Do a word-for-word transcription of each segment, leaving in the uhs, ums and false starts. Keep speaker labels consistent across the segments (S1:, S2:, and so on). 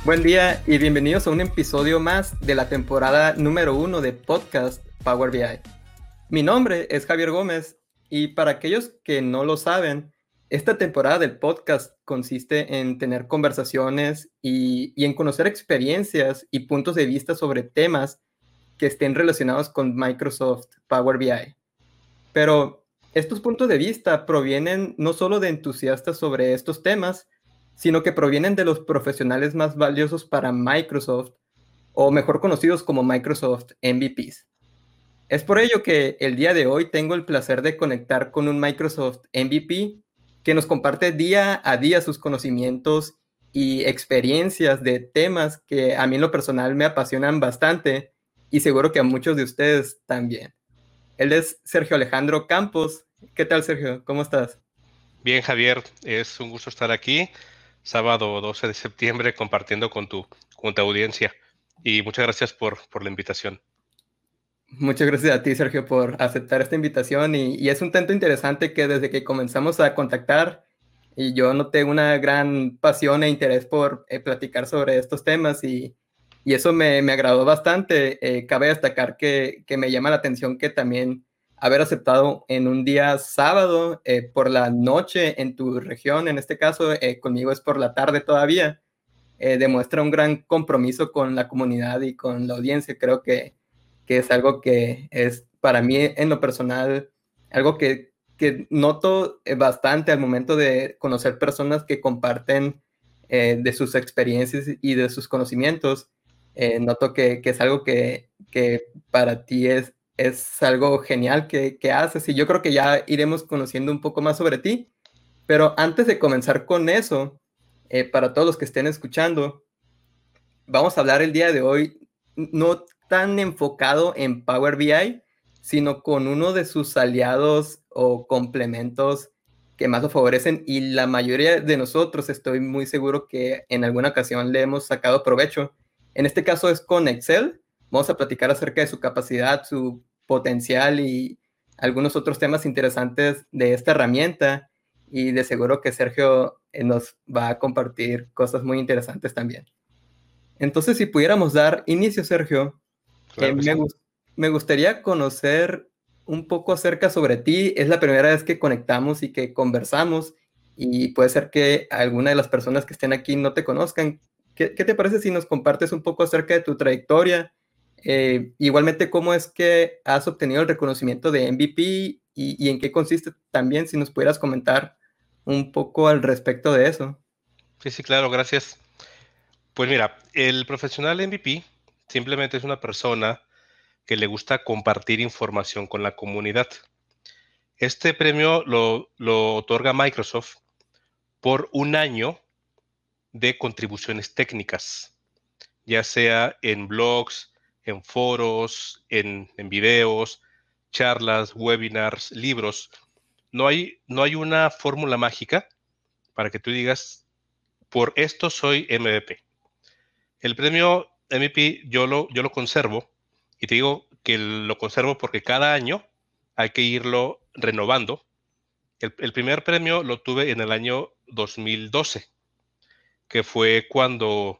S1: Buen día y bienvenidos a un episodio más de la temporada número uno de Podcast Power B I. Mi nombre es Javier Gómez y para aquellos que no lo saben, esta temporada del podcast consiste en tener conversaciones y, y en conocer experiencias y puntos de vista sobre temas que estén relacionados con Microsoft Power B I. Pero estos puntos de vista provienen no solo de entusiastas sobre estos temas, sino que provienen de los profesionales más valiosos para Microsoft, o mejor conocidos como Microsoft M V Ps. Es por ello que el día de hoy tengo el placer de conectar con un Microsoft M V P que nos comparte día a día sus conocimientos y experiencias de temas que a mí en lo personal me apasionan bastante y seguro que a muchos de ustedes también. Él es Sergio Alejandro Campos. ¿Qué tal, Sergio? ¿Cómo estás?
S2: Bien, Javier, es un gusto estar aquí, sábado doce de septiembre, compartiendo con tu, con tu audiencia. Y muchas gracias por, por la invitación.
S1: Muchas gracias a ti, Sergio, por aceptar esta invitación y, y es un tanto interesante que desde que comenzamos a contactar y yo noté una gran pasión e interés por eh, platicar sobre estos temas y, y eso me, me agradó bastante. Eh, cabe destacar que, que me llama la atención que también haber aceptado en un día sábado eh, por la noche en tu región, en este caso eh, conmigo es por la tarde todavía, eh, demuestra un gran compromiso con la comunidad y con la audiencia. Creo que que es algo que es para mí en lo personal, algo que, que noto eh, bastante al momento de conocer personas que comparten eh, de sus experiencias y de sus conocimientos. Eh, noto que, que, es algo que, que para ti es, es algo genial que, que haces y yo creo que ya iremos conociendo un poco más sobre ti. Pero antes de comenzar con eso, eh, para todos los que estén escuchando, vamos a hablar el día de hoy no tan enfocado en Power B I, sino con uno de sus aliados o complementos que más lo favorecen y la mayoría de nosotros estoy muy seguro que en alguna ocasión le hemos sacado provecho. En este caso es con Excel. Vamos a platicar acerca de su capacidad, su potencial y algunos otros temas interesantes de esta herramienta y de seguro que Sergio eh, nos va a compartir cosas muy interesantes también. Entonces, si pudiéramos dar inicio, Sergio, eh,
S2: Claro que
S1: me,
S2: sí.
S1: gus- me gustaría conocer un poco acerca sobre ti. Es la primera vez que conectamos y que conversamos y puede ser que alguna de las personas que estén aquí no te conozcan. ¿Qué, qué te parece si nos compartes un poco acerca de tu trayectoria? Eh, igualmente, ¿cómo es que has obtenido el reconocimiento de M V P y, y en qué consiste también? Si nos pudieras comentar un poco al respecto de eso.
S2: Sí, sí, claro, gracias. Pues mira, el profesional M V P simplemente es una persona que le gusta compartir información con la comunidad. Este premio lo, lo otorga Microsoft por un año de contribuciones técnicas, ya sea en blogs, en foros, en, en videos, charlas, webinars, libros. No hay, no hay una fórmula mágica para que tú digas, por esto soy M V P. El premio M V P yo lo, yo lo conservo y te digo que lo conservo porque cada año hay que irlo renovando. El, el primer premio lo tuve en el año dos mil doce, que fue cuando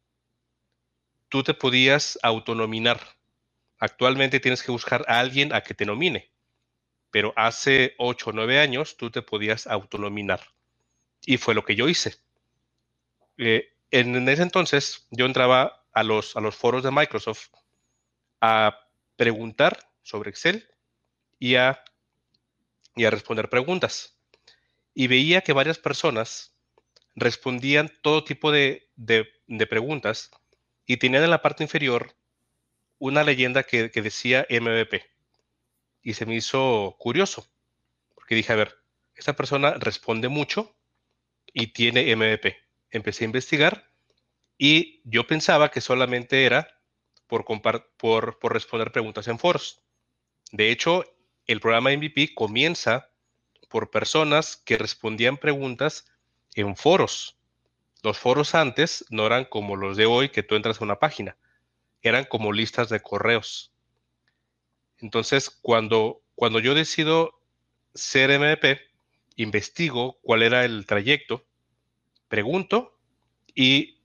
S2: tú te podías autonominar. Actualmente tienes que buscar a alguien a que te nomine, pero hace ocho o nueve años tú te podías autonominar. Y fue lo que yo hice. Eh, en ese entonces yo entraba a los, a los foros de Microsoft a preguntar sobre Excel y a, y a responder preguntas. Y veía que varias personas respondían todo tipo de, de, de preguntas y tenían en la parte inferior una leyenda que, que decía M V P. Y se me hizo curioso, porque dije, a ver, esta persona responde mucho y tiene M V P. Empecé a investigar y yo pensaba que solamente era por, por, por responder preguntas en foros. De hecho, el programa M V P comienza por personas que respondían preguntas en foros. Los foros antes no eran como los de hoy, que tú entras a una página, eran como listas de correos. Entonces, cuando, cuando yo decido ser M V P, investigo cuál era el trayecto, pregunto y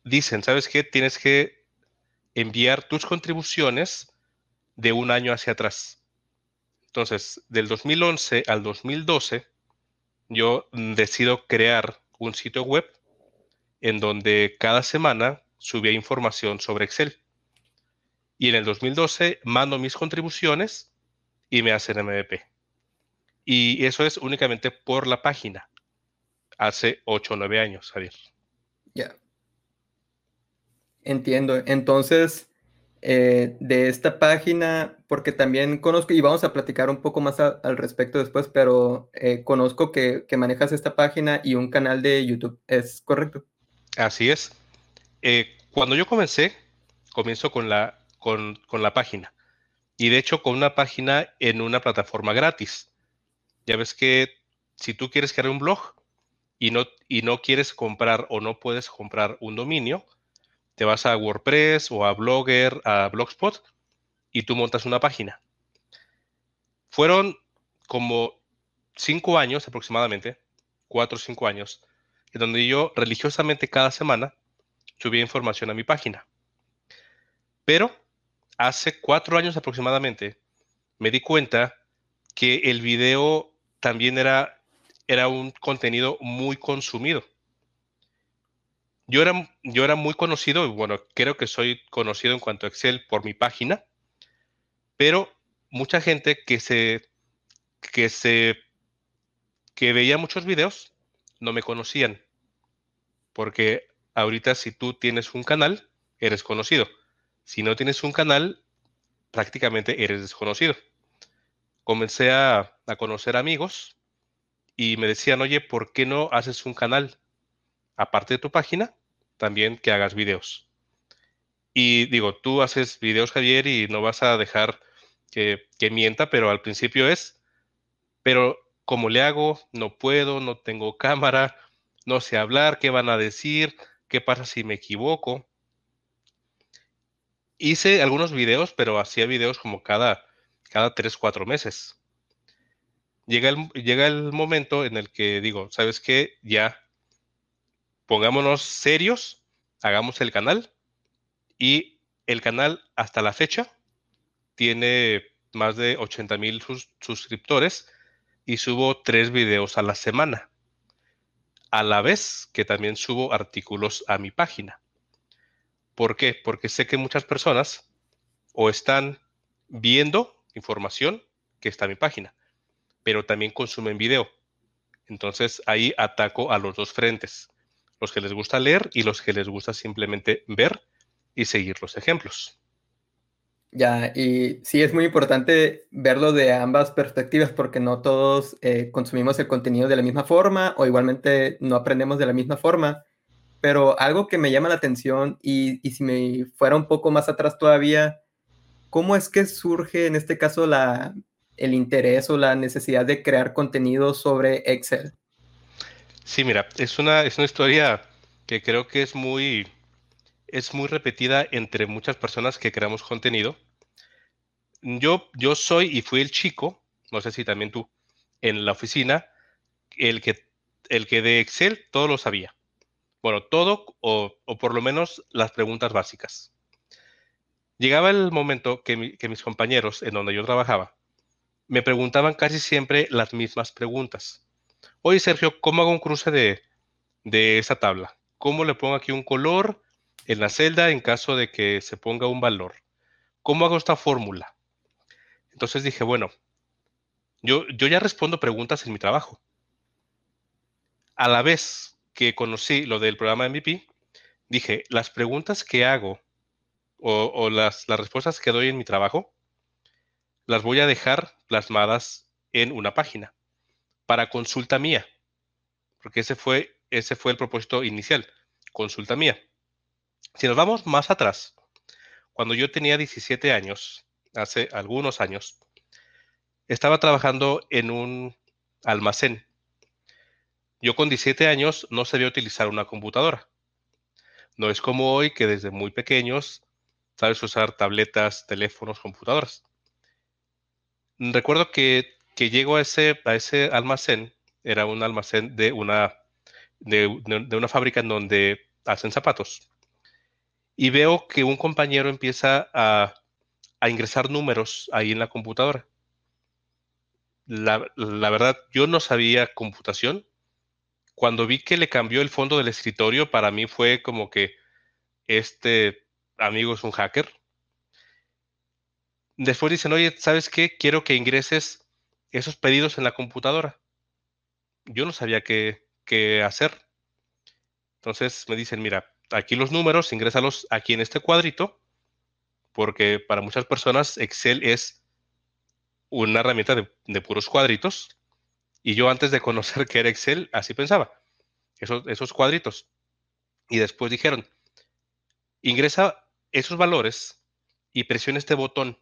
S2: dicen, ¿sabes qué? Tienes que enviar tus contribuciones de un año hacia atrás. Entonces, del dos mil once al dos mil doce, yo decido crear un sitio web en donde cada semana subía información sobre Excel. Y en el dos mil doce mando mis contribuciones y me hacen M V P. Y eso es únicamente por la página. Hace ocho o nueve años, Javier.
S1: Ya. Entiendo. Entonces, eh, de esta página, porque también conozco, y vamos a platicar un poco más a- al respecto después, pero eh, conozco que, que manejas esta página y un canal de YouTube. ¿Es correcto?
S2: Así es. Eh, cuando yo comencé, comienzo con la, con, con la página. Y de hecho, con una página en una plataforma gratis. Ya ves que si tú quieres crear un blog y no, y no quieres comprar o no puedes comprar un dominio, te vas a WordPress o a Blogger, a Blogspot y tú montas una página. Fueron como cinco años aproximadamente, cuatro o cinco años, en donde yo religiosamente cada semana subía información a mi página. Pero hace cuatro años aproximadamente me di cuenta que el video también era, era un contenido muy consumido. Yo era, yo era muy conocido, y bueno, creo que soy conocido en cuanto a Excel por mi página, pero mucha gente que se, que se, que veía muchos videos no me conocían, porque ahorita si tú tienes un canal, eres conocido. Si no tienes un canal, prácticamente eres desconocido. Comencé a, a conocer amigos y me decían, oye, ¿por qué no haces un canal? Aparte de tu página, también que hagas videos. Y digo, tú haces videos, Javier, y no vas a dejar que, que mienta, pero al principio es, pero ¿cómo le hago? No puedo, no tengo cámara, no sé hablar, ¿qué van a decir? ¿Qué pasa si me equivoco? Hice algunos videos, pero hacía videos como cada, cada tres, cuatro meses. Llega el, llega el momento en el que digo, ¿sabes qué? Ya pongámonos serios, hagamos el canal y el canal hasta la fecha tiene más de ochenta mil sus- suscriptores y subo tres videos a la semana, a la vez que también subo artículos a mi página. ¿Por qué? Porque sé que muchas personas o están viendo información que está en mi página, pero también consumen video. Entonces ahí ataco a los dos frentes, los que les gusta leer y los que les gusta simplemente ver y seguir los ejemplos.
S1: Ya, y sí es muy importante verlo de ambas perspectivas porque no todos eh, consumimos el contenido de la misma forma o igualmente no aprendemos de la misma forma. Pero algo que me llama la atención y, y si me fuera un poco más atrás todavía, ¿cómo es que surge en este caso la, el interés o la necesidad de crear contenido sobre Excel?
S2: Sí, mira, es una, es una historia que creo que es muy, es muy repetida entre muchas personas que creamos contenido. Yo, yo soy y fui el chico, no sé si también tú, en la oficina, el que, el que de Excel todo lo sabía. Bueno, todo o, o por lo menos las preguntas básicas. Llegaba el momento que, mi- que mis compañeros en donde yo trabajaba me preguntaban casi siempre las mismas preguntas. Oye, Sergio, ¿cómo hago un cruce de, de esa tabla? ¿Cómo le pongo aquí un color en la celda en caso de que se ponga un valor? ¿Cómo hago esta fórmula? Entonces dije, bueno, yo, yo ya respondo preguntas en mi trabajo. A la vez que conocí lo del programa M V P, dije, las preguntas que hago o, o las, las respuestas que doy en mi trabajo, las voy a dejar plasmadas en una página para consulta mía, porque ese fue, ese fue el propósito inicial, consulta mía. Si nos vamos más atrás, cuando yo tenía diecisiete años, hace algunos años, estaba trabajando en un almacén. Yo con diecisiete años no sabía utilizar una computadora. No es como hoy que desde muy pequeños sabes usar tabletas, teléfonos, computadoras. Recuerdo que, que llego a ese, a ese almacén, era un almacén de una, de, de una fábrica en donde hacen zapatos. y veo que un compañero empieza a, a ingresar números ahí en la computadora. La, la verdad, yo no sabía computación. Cuando vi que le cambió el fondo del escritorio, para mí fue como que este amigo es un hacker. Después dicen, oye, ¿sabes qué? Quiero que ingreses esos pedidos en la computadora. Yo no sabía qué, qué hacer. Entonces me dicen, mira, aquí los números, ingrésalos aquí en este cuadrito, porque para muchas personas Excel es una herramienta de, de puros cuadritos. Y yo antes de conocer qué era Excel, así pensaba, esos, esos cuadritos. Y después dijeron, ingresa esos valores y presiona este botón.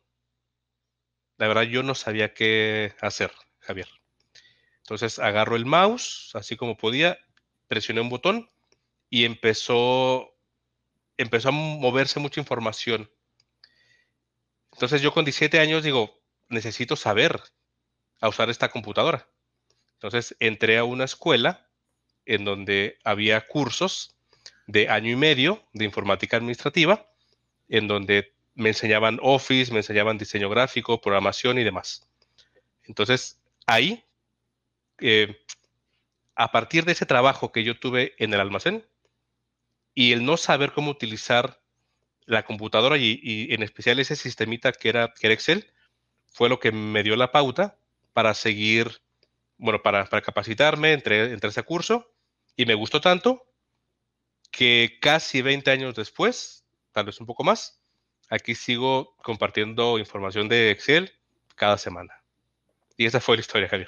S2: La verdad, yo no sabía qué hacer, Javier. Entonces agarro el mouse, así como podía, presioné un botón y empezó, empezó a moverse mucha información. Entonces yo con diecisiete años digo, necesito saber a usar esta computadora. Entonces entré a una escuela en donde había cursos de año y medio de informática administrativa, en donde me enseñaban Office, me enseñaban diseño gráfico, programación y demás. Entonces ahí, eh, a partir de ese trabajo que yo tuve en el almacén y el no saber cómo utilizar la computadora y, y en especial ese sistemita que era, que era Excel, fue lo que me dio la pauta para seguir, bueno, para, para capacitarme, entré, entré a ese curso y me gustó tanto que casi veinte años después, tal vez un poco más, aquí sigo compartiendo información de Excel cada semana. Y esa fue la historia, Javier.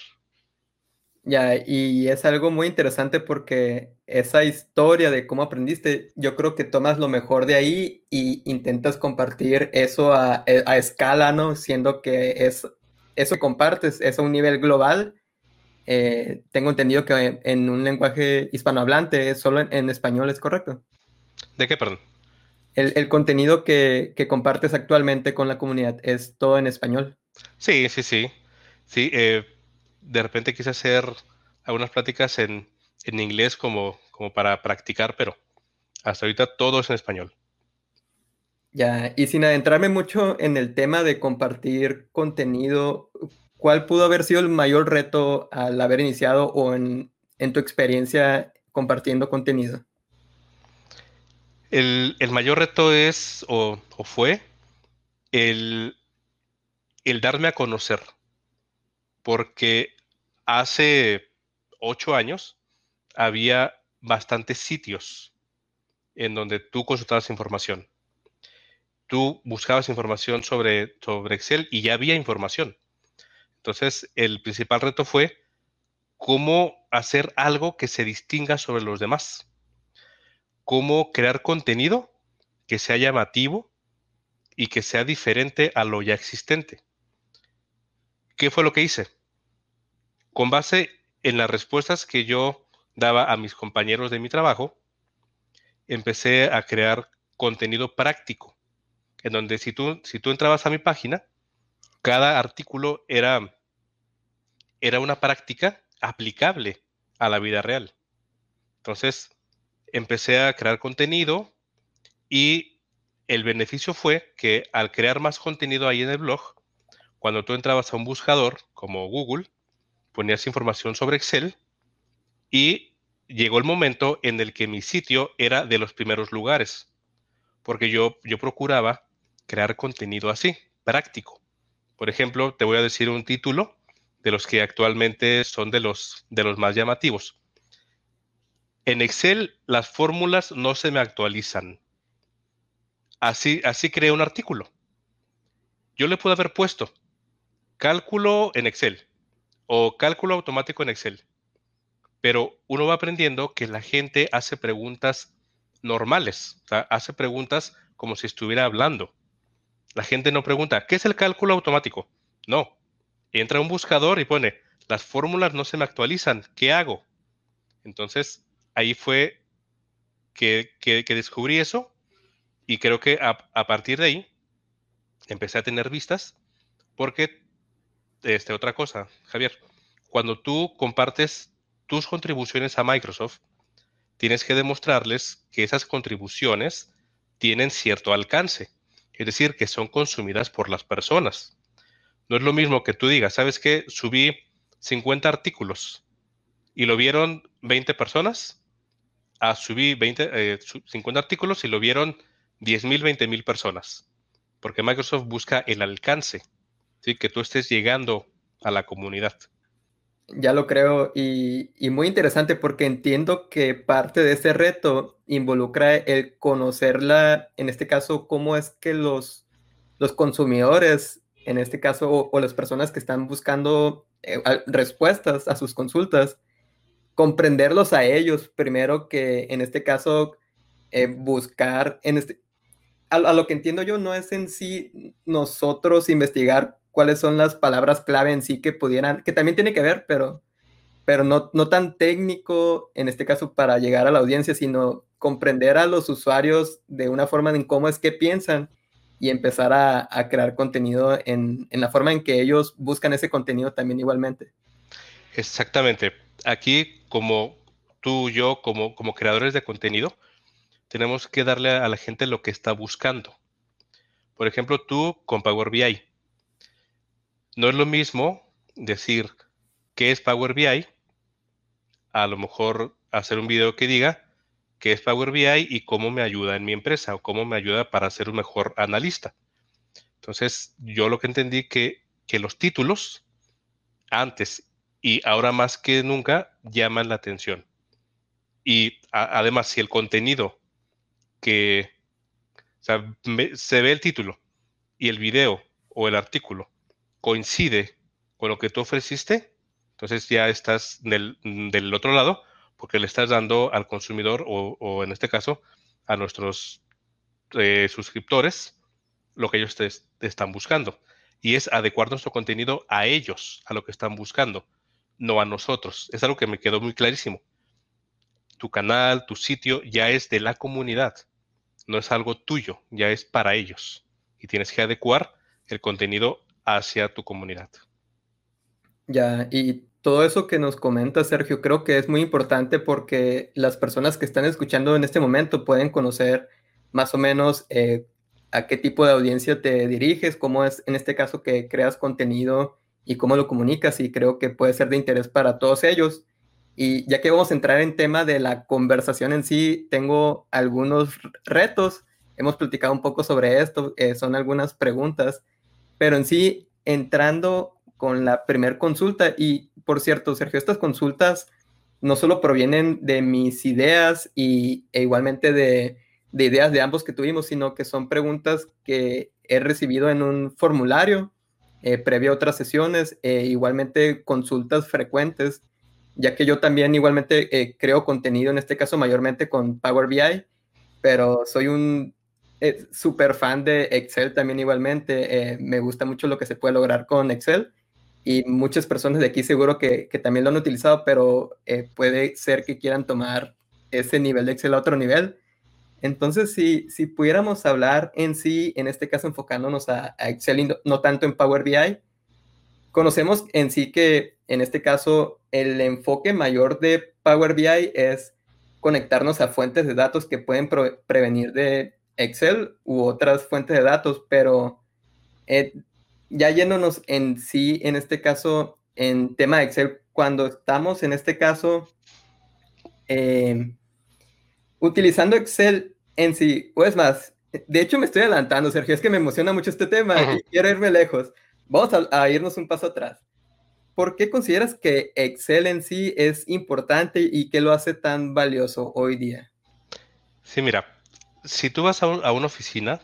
S1: Ya, y es algo muy interesante porque esa historia de cómo aprendiste, yo creo que tomas lo mejor de ahí y intentas compartir eso a, eh, a escala, ¿no? Siendo que es eso que compartes es a un nivel global. Eh, tengo entendido que en, en un lenguaje hispanohablante, solo en, en español, ¿es correcto?
S2: ¿De qué, perdón?
S1: El, el contenido que, que compartes actualmente con la comunidad es todo en español.
S2: Sí, sí, sí. Sí, eh, de repente quise hacer algunas pláticas en, en inglés como, como para practicar, pero hasta ahorita todo es en español.
S1: Ya, y sin adentrarme mucho en el tema de compartir contenido, ¿cuál pudo haber sido el mayor reto al haber iniciado o en, en tu experiencia compartiendo contenido?
S2: El, el mayor reto es, o, o fue, el, el darme a conocer, porque hace ocho años había bastantes sitios en donde tú consultabas información. Tú buscabas información sobre, sobre Excel y ya había información. Entonces, el principal reto fue cómo hacer algo que se distinga sobre los demás, cómo crear contenido que sea llamativo y que sea diferente a lo ya existente. ¿Qué fue lo que hice? Con base en las respuestas que yo daba a mis compañeros de mi trabajo, empecé a crear contenido práctico, en donde si tú, si tú entrabas a mi página, cada artículo era, era una práctica aplicable a la vida real. Entonces, empecé a crear contenido y el beneficio fue que al crear más contenido ahí en el blog, cuando tú entrabas a un buscador como Google, ponías información sobre Excel y llegó el momento en el que mi sitio era de los primeros lugares, porque yo, yo procuraba crear contenido así, práctico. Por ejemplo, te voy a decir un título de los que actualmente son de los, de los más llamativos. En Excel las fórmulas no se me actualizan. Así, así creé un artículo. Yo le pude haber puesto cálculo en Excel o cálculo automático en Excel, pero uno va aprendiendo que la gente hace preguntas normales, o sea, hace preguntas como si estuviera hablando. La gente no pregunta, ¿qué es el cálculo automático? No, entra a un buscador y pone, las fórmulas no se me actualizan, ¿qué hago? Entonces, ahí fue que, que, que descubrí eso y creo que a, a partir de ahí empecé a tener vistas porque, este, otra cosa, Javier, cuando tú compartes tus contribuciones a Microsoft, tienes que demostrarles que esas contribuciones tienen cierto alcance, es decir, que son consumidas por las personas. No es lo mismo que tú digas, ¿sabes qué? Subí cincuenta artículos y lo vieron veinte personas, a subí veinte, eh, cincuenta artículos y lo vieron diez mil, veinte mil personas. Porque Microsoft busca el alcance, ¿sí? Que tú estés llegando a la comunidad.
S1: Ya lo creo y, y muy interesante porque entiendo que parte de ese reto involucra el conocerla, en este caso, cómo es que los, los consumidores, en este caso, o, o las personas que están buscando eh, a- respuestas a sus consultas, comprenderlos a ellos primero que, en este caso, eh, buscar, en este, a, a lo que entiendo yo, no es en sí nosotros investigar cuáles son las palabras clave en sí que pudieran, que también tiene que ver, pero pero no, no tan técnico en este caso para llegar a la audiencia, sino comprender a los usuarios de una forma en cómo es que piensan y empezar a, a crear contenido en, en la forma en que ellos buscan ese contenido también igualmente.
S2: Exactamente. Aquí, como tú y yo, como, como creadores de contenido, tenemos que darle a la gente lo que está buscando. Por ejemplo, tú con Power B I. No es lo mismo decir qué es Power B I, a lo mejor hacer un video que diga qué es Power B I y cómo me ayuda en mi empresa o cómo me ayuda para ser un mejor analista. Entonces, yo lo que entendí que, que los títulos antes y ahora más que nunca llaman la atención. Y a- además, si el contenido que, o sea, me- se ve el título y el video o el artículo coincide con lo que tú ofreciste, entonces ya estás del, del otro lado porque le estás dando al consumidor o, o en este caso a nuestros eh, suscriptores lo que ellos te, te están buscando. Y es adecuar nuestro contenido a ellos, a lo que están buscando, no a nosotros. Es algo que me quedó muy clarísimo. Tu canal, tu sitio ya es de la comunidad, no es algo tuyo, ya es para ellos. Y tienes que adecuar el contenido hacia tu comunidad.
S1: Ya, y todo eso que nos comenta Sergio, creo que es muy importante porque las personas que están escuchando en este momento pueden conocer más o menos eh, a qué tipo de audiencia te diriges, cómo es en este caso que creas contenido y cómo lo comunicas, y creo que puede ser de interés para todos ellos. Y ya que vamos a entrar en tema de la conversación en sí, tengo algunos retos. Hemos platicado un poco sobre esto, eh, son algunas preguntas, pero en sí, entrando con la primer consulta, y por cierto, Sergio, estas consultas no solo provienen de mis ideas y, e igualmente de, de ideas de ambos que tuvimos, sino que son preguntas que he recibido en un formulario eh, previo a otras sesiones, e igualmente consultas frecuentes, ya que yo también igualmente eh, creo contenido, en este caso mayormente con Power B I, pero soy un eh, súper fan de Excel también igualmente. Eh, me gusta mucho lo que se puede lograr con Excel y muchas personas de aquí seguro que, que también lo han utilizado, pero eh, puede ser que quieran tomar ese nivel de Excel a otro nivel. Entonces, si, si pudiéramos hablar en sí, en este caso enfocándonos a, a Excel y no, no tanto en Power B I, conocemos en sí que en este caso el enfoque mayor de Power B I es conectarnos a fuentes de datos que pueden pro- prevenir de Excel u otras fuentes de datos, pero eh, ya yéndonos en sí, en este caso, en tema de Excel, cuando estamos en este caso eh, utilizando Excel en sí, o es más, de hecho me estoy adelantando, Sergio, es que me emociona mucho este tema
S2: Ujú.
S1: y quiero irme lejos. Vamos a, a irnos un paso atrás. ¿Por qué consideras que Excel en sí es importante y qué lo hace tan valioso hoy día?
S2: Sí, mira, si tú vas a, un- a una oficina,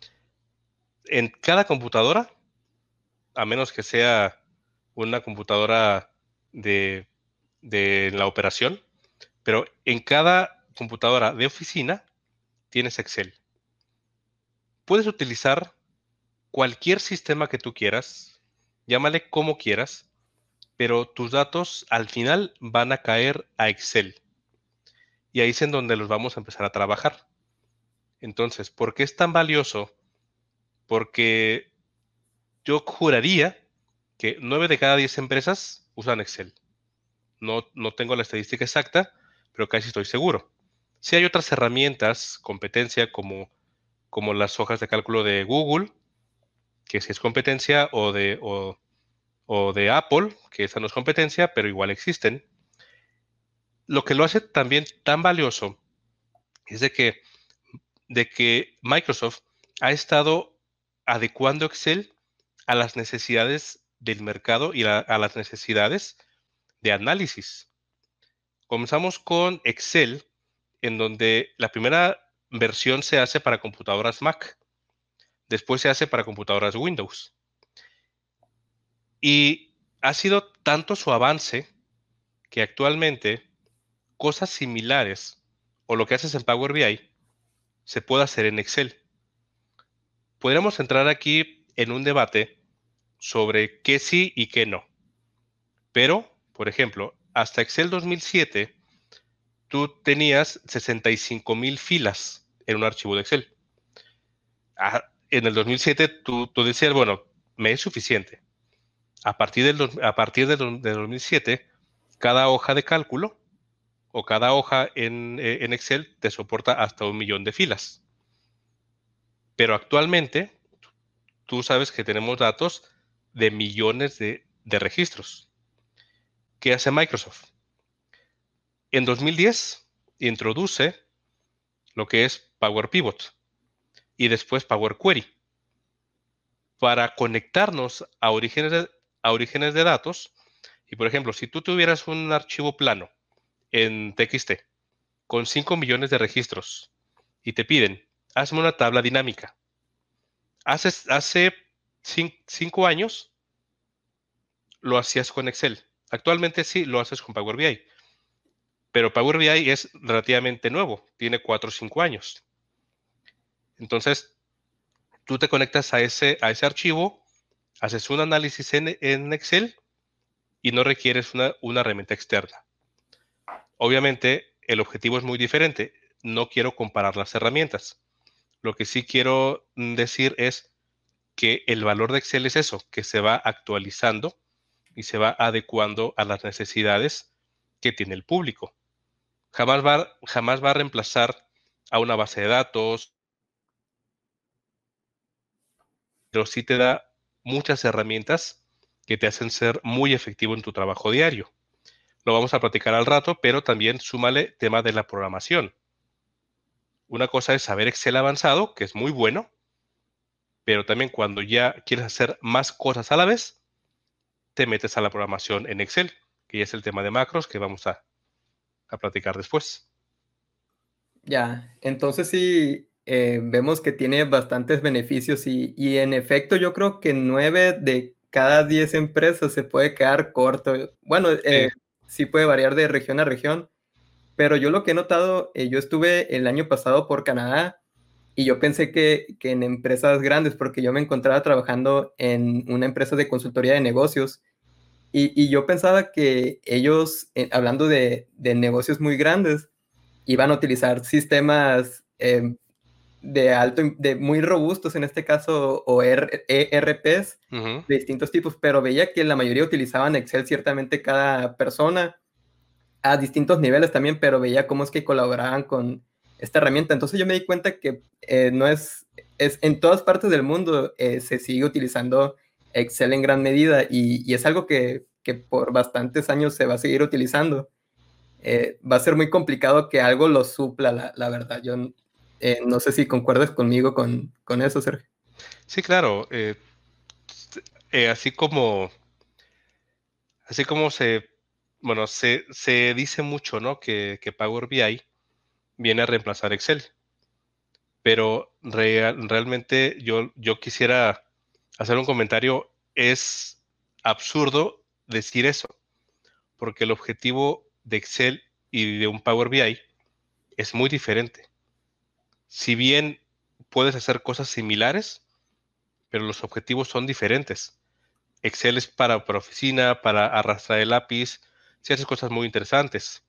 S2: en cada computadora, a menos que sea una computadora de, de la operación, pero en cada computadora de oficina tienes Excel. Puedes utilizar cualquier sistema que tú quieras, llámale como quieras, pero tus datos al final van a caer a Excel. Y ahí es en donde los vamos a empezar a trabajar. Entonces, ¿por qué es tan valioso? Porque yo juraría que nueve de cada diez empresas usan Excel. No, no tengo la estadística exacta, pero casi estoy seguro. Si hay otras herramientas, competencia como como las hojas de cálculo de Google, que sí es competencia, o de, o, o de Apple, que esa no es competencia, pero igual existen. Lo que lo hace también tan valioso es de que, de que Microsoft ha estado adecuando Excel a las necesidades del mercado y a, a las necesidades de análisis. Comenzamos con Excel, en donde la primera versión se hace para computadoras Mac, después se hace para computadoras Windows. Y ha sido tanto su avance que actualmente cosas similares o lo que haces en Power B I se puede hacer en Excel. Podríamos entrar aquí en un debate sobre qué sí y qué no. Pero, por ejemplo, hasta Excel dos mil siete, tú tenías sesenta y cinco mil filas en un archivo de Excel. Ah, en el dos mil siete tú, tú decías, bueno, me es suficiente. A partir del, dos- a partir del, do- del dos mil siete, cada hoja de cálculo o cada hoja en, eh, en Excel te soporta hasta un millón de filas. Pero actualmente, tú sabes que tenemos datos de millones de, de registros. ¿Qué hace Microsoft? En dos mil diez introduce lo que es Power Pivot y después Power Query para conectarnos a orígenes de, a orígenes de datos. Y por ejemplo, si tú tuvieras un archivo plano en T X T con cinco millones de registros y te piden, hazme una tabla dinámica. Hace, hace cinco años lo hacías con Excel. Actualmente sí lo haces con Power B I. Pero Power B I es relativamente nuevo, tiene cuatro o cinco años. Entonces, tú te conectas a ese, a ese archivo, haces un análisis en, en Excel y no requieres una, una herramienta externa. Obviamente, el objetivo es muy diferente. No quiero comparar las herramientas. Lo que sí quiero mm, decir es que el valor de Excel es eso, que se va actualizando y se va adecuando a las necesidades que tiene el público. Jamás va, jamás va a reemplazar a una base de datos, pero sí te da muchas herramientas que te hacen ser muy efectivo en tu trabajo diario. Lo vamos a platicar al rato, pero también súmale tema de la programación. Una cosa es saber Excel avanzado, que es muy bueno, pero también cuando ya quieres hacer más cosas a la vez, te metes a la programación en Excel, que ya es el tema de macros que vamos a, a platicar después.
S1: Ya, entonces sí, eh, vemos que tiene bastantes beneficios y, y en efecto yo creo que nueve de cada diez empresas se puede quedar corto. Bueno,
S2: Sí,
S1: eh, sí puede variar de región a región, pero yo lo que he notado, eh, yo estuve el año pasado por Canadá y yo pensé que, que en empresas grandes, porque yo me encontraba trabajando en una empresa de consultoría de negocios y, y yo pensaba que ellos, eh, hablando de, de negocios muy grandes, iban a utilizar sistemas eh, de alto, de muy robustos en este caso, o R- E R Ps
S2: uh-huh.
S1: de distintos tipos, pero veía que la mayoría utilizaban Excel, ciertamente cada persona, a distintos niveles también, pero veía cómo es que colaboraban con esta herramienta. Entonces yo me di cuenta que eh, no es, es, en todas partes del mundo eh, se sigue utilizando Excel en gran medida y, y es algo que, que por bastantes años se va a seguir utilizando. Eh, va a ser muy complicado que algo lo supla, la, la verdad. Yo eh, no sé si concuerdas conmigo con, con eso, Sergio.
S2: Sí, claro. Eh, eh, así como, así como se, bueno, se, se dice mucho, ¿no? Que, que Power B I viene a reemplazar Excel, pero real- realmente yo, yo quisiera hacer un comentario. Es absurdo decir eso, porque el objetivo de Excel y de un Power B I es muy diferente. Si bien puedes hacer cosas similares, pero los objetivos son diferentes. Excel es para, para oficina, para arrastrar el lápiz, si haces cosas muy interesantes.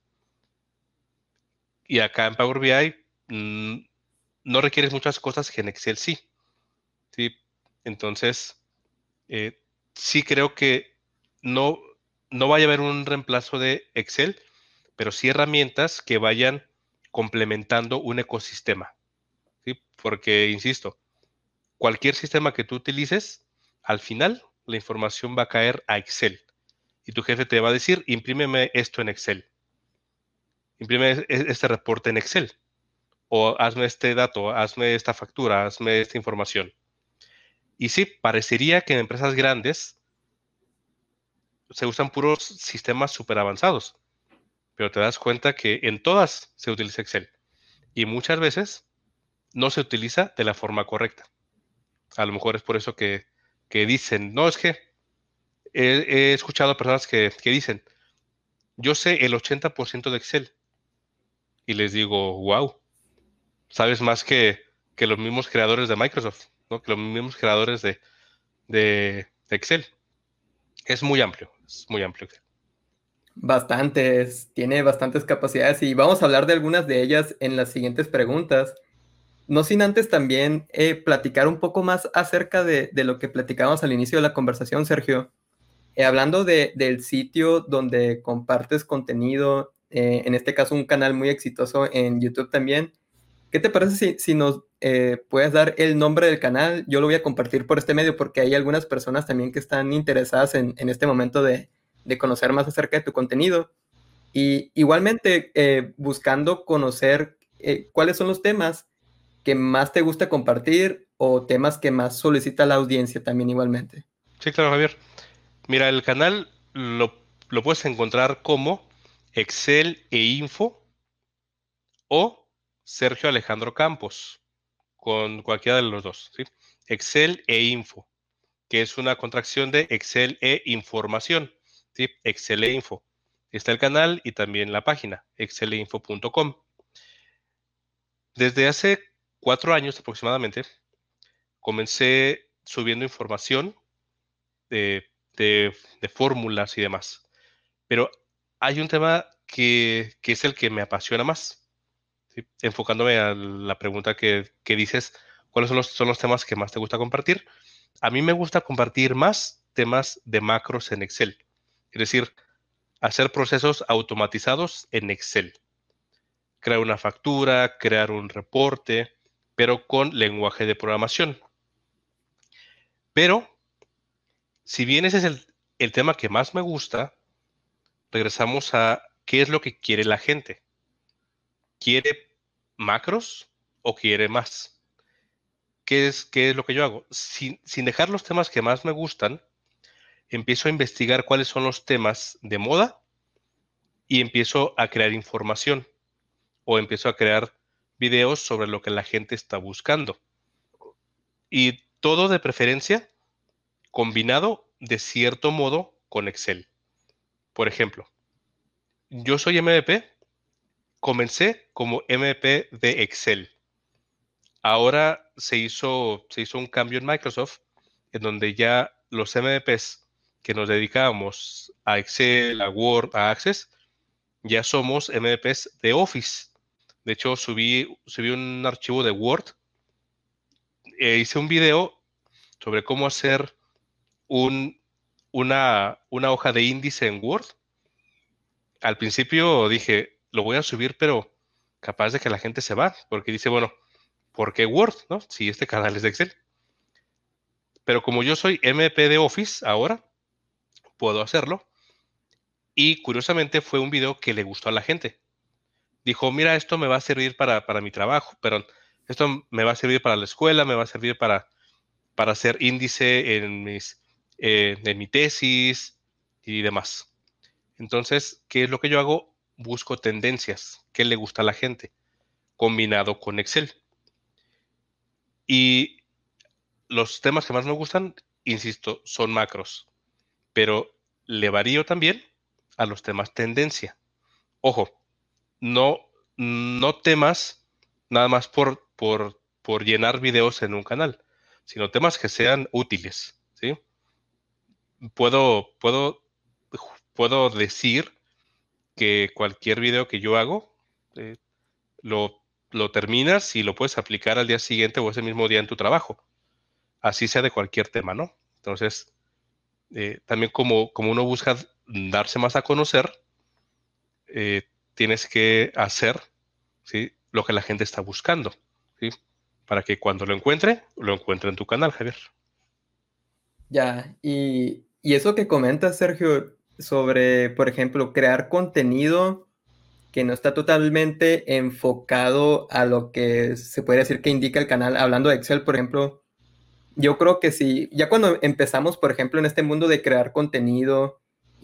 S2: Y acá en Power B I mm, no requieres muchas cosas que en Excel sí. ¿Sí? Entonces, eh, sí creo que no, no vaya a haber un reemplazo de Excel, pero sí herramientas que vayan complementando un ecosistema. ¿Sí? porque, insisto, cualquier sistema que tú utilices, al final la información va a caer a Excel. Y tu jefe te va a decir, imprímeme esto en Excel. Imprime este reporte en Excel. O hazme este dato, hazme esta factura, hazme esta información. Y sí, parecería que en empresas grandes se usan puros sistemas súper avanzados. Pero te das cuenta que en todas se utiliza Excel. Y muchas veces no se utiliza de la forma correcta. A lo mejor es por eso que, que dicen, no, es que he, he escuchado personas que, que dicen, yo sé el ochenta por ciento de Excel. Y les digo, wow, sabes más que, que los mismos creadores de Microsoft, ¿no? Que los mismos creadores de, de, de Excel. Es muy amplio, es muy amplio Excel.
S1: Bastantes, tiene bastantes capacidades y vamos a hablar de algunas de ellas en las siguientes preguntas. No sin antes también eh, platicar un poco más acerca de, de lo que platicábamos al inicio de la conversación, Sergio. Eh, hablando de, del sitio donde compartes contenido, eh, en este caso un canal muy exitoso en YouTube también, ¿qué te parece si, si nos eh, puedes dar el nombre del canal? Yo lo voy a compartir por este medio porque hay algunas personas también que están interesadas en, en este momento de, de conocer más acerca de tu contenido. Y igualmente eh, buscando conocer eh, cuáles son los temas que más te gusta compartir o temas que más solicita la audiencia también igualmente.
S2: Sí, claro, Javier. Mira, el canal lo, lo puedes encontrar como Excel e Info o Sergio Alejandro Campos, con cualquiera de los dos, ¿sí? Excel e Info, que es una contracción de Excel e Información, ¿sí? Excel e Info. Está el canal y también la página, excel e info punto com. Desde hace cuatro años aproximadamente, comencé subiendo información de, de, de fórmulas y demás. Pero hay un tema que, que es el que me apasiona más, ¿sí? Enfocándome a la pregunta que, que dices, ¿cuáles son los, son los temas que más te gusta compartir? A mí me gusta compartir más temas de macros en Excel, es decir, hacer procesos automatizados en Excel, crear una factura, crear un reporte, pero con lenguaje de programación. Pero, si bien ese es el, el tema que más me gusta, regresamos a qué es lo que quiere la gente. ¿Quiere macros o quiere más? ¿Qué es, qué es lo que yo hago? Sin, sin dejar los temas que más me gustan, empiezo a investigar cuáles son los temas de moda y empiezo a crear información o empiezo a crear videos sobre lo que la gente está buscando. Y todo de preferencia combinado de cierto modo con Excel. Por ejemplo, yo soy M V P, comencé como M V P de Excel. Ahora se hizo, se hizo un cambio en Microsoft en donde ya los M V Ps que nos dedicábamos a Excel, a Word, a Access, ya somos M V Ps de Office. De hecho, subí, subí un archivo de Word, e hice un video sobre cómo hacer un, una, una hoja de índice en Word. Al principio dije, lo voy a subir, pero capaz de que la gente se va, porque dice, bueno, ¿por qué Word, no? Si este canal es de Excel. Pero como yo soy M V P de Office ahora, puedo hacerlo. Y curiosamente fue un video que le gustó a la gente. Dijo, mira, esto me va a servir para, para mi trabajo, pero esto me va a servir para la escuela, me va a servir para, para hacer índice en, mis, eh, en mi tesis y demás. Entonces, ¿qué es lo que yo hago? Busco tendencias, qué le gusta a la gente, combinado con Excel. Y los temas que más me gustan, insisto, son macros, pero le varío también a los temas tendencia. Ojo, no, no temas nada más por, por, por llenar videos en un canal, sino temas que sean útiles, ¿sí? Puedo, puedo, puedo decir que cualquier video que yo hago, eh, lo, lo terminas y lo puedes aplicar al día siguiente o ese mismo día en tu trabajo, así sea de cualquier tema, ¿no? Entonces, eh, también como, como uno busca darse más a conocer, eh, tienes que hacer, ¿sí?, lo que la gente está buscando, ¿sí? para que cuando lo encuentre, lo encuentre en tu canal, Javier.
S1: Ya, y, y eso que comentas, Sergio, sobre, por ejemplo, crear contenido que no está totalmente enfocado a lo que se puede decir que indica el canal. Hablando de Excel, por ejemplo, yo creo que sí, ya cuando empezamos, por ejemplo, en este mundo de crear contenido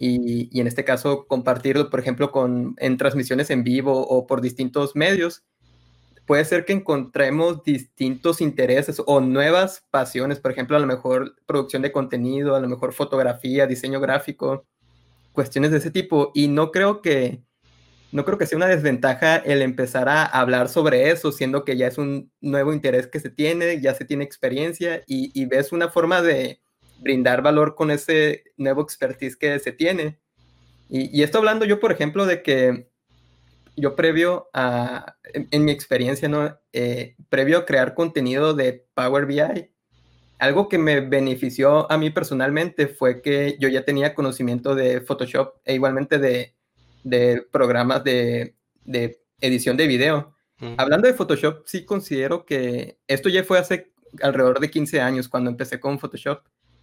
S1: y, y en este caso compartirlo, por ejemplo, con, en transmisiones en vivo o por distintos medios, puede ser que encontremos distintos intereses o nuevas pasiones, por ejemplo, a lo mejor producción de contenido, a lo mejor fotografía, diseño gráfico, cuestiones de ese tipo. Y no creo que, no creo que sea una desventaja el empezar a hablar sobre eso, siendo que ya es un nuevo interés que se tiene, ya se tiene experiencia y, y ves una forma de brindar valor con ese nuevo expertise que se tiene. Y, y esto hablando yo, por ejemplo, de que yo previo a, en, en mi experiencia, ¿no? Eh, previo a crear contenido de Power B I, algo que me benefició a mí personalmente fue que yo ya tenía conocimiento de Photoshop e igualmente de, de programas de, de edición de video.
S2: Mm.
S1: Hablando de Photoshop, sí considero que esto ya fue hace alrededor de quince años cuando empecé con Photoshop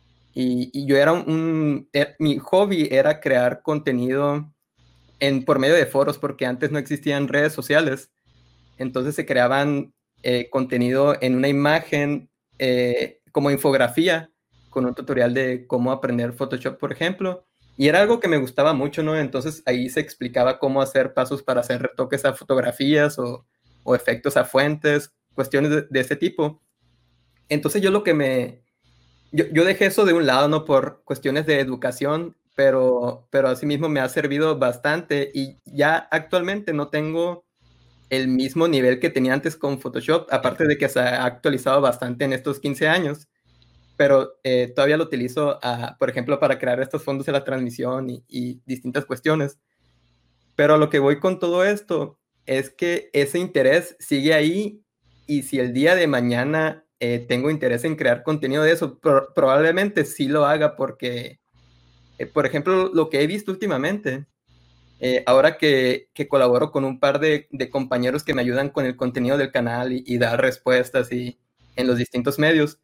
S1: y, y yo era un, un er, mi hobby era crear contenido en, por medio de foros, porque antes no existían redes sociales. Entonces se creaban eh, contenido en una imagen eh, como infografía, con un tutorial de cómo aprender Photoshop, por ejemplo. Y era algo que me gustaba mucho, ¿no? Entonces ahí se explicaba cómo hacer pasos para hacer retoques a fotografías o, o efectos a fuentes, cuestiones de, de ese tipo. Entonces yo lo que me, yo, yo dejé eso de un lado, ¿no? Por cuestiones de educación, pero, pero asimismo me ha servido bastante y ya actualmente no tengo el mismo nivel que tenía antes con Photoshop, aparte de que se ha actualizado bastante en estos quince años, pero eh, todavía lo utilizo, uh, por ejemplo, para crear estos fondos de la transmisión y, y distintas cuestiones. Pero a lo que voy con todo esto es que ese interés sigue ahí y si el día de mañana eh, tengo interés en crear contenido de eso, pro probablemente sí lo haga porque, eh, por ejemplo, lo que he visto últimamente, eh, ahora que, que, colaboro con un par de, de, compañeros que me ayudan con el contenido del canal y, y dar respuestas y, en los distintos medios,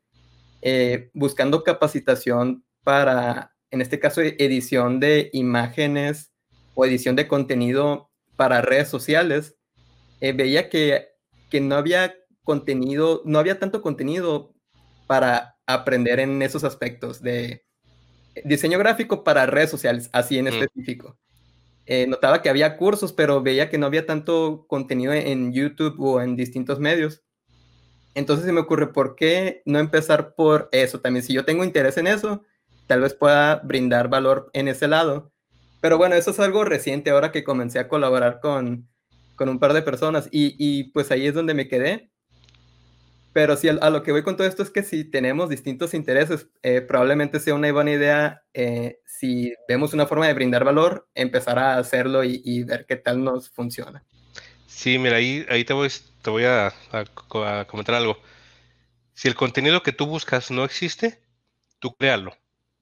S1: eh, buscando capacitación para, en este caso, edición de imágenes o edición de contenido para redes sociales, eh, veía que, que no había contenido, no había tanto contenido para aprender en esos aspectos de diseño gráfico para redes sociales, así en
S2: Mm.
S1: específico. Eh, notaba que había cursos, pero veía que no había tanto contenido en YouTube o en distintos medios. Entonces se me ocurre, ¿por qué no empezar por eso? También si yo tengo interés en eso, tal vez pueda brindar valor en ese lado. Pero bueno, eso es algo reciente ahora que comencé a colaborar con, con un par de personas y, y pues ahí es donde me quedé. Pero sí, a, a lo que voy con todo esto es que si tenemos distintos intereses, eh, probablemente sea una buena idea, eh, si vemos una forma de brindar valor, empezar a hacerlo y, y ver qué tal nos funciona.
S2: Sí, mira, ahí, ahí te voy, te voy a, a- a comentar algo. Si el contenido que tú buscas no existe, tú créalo.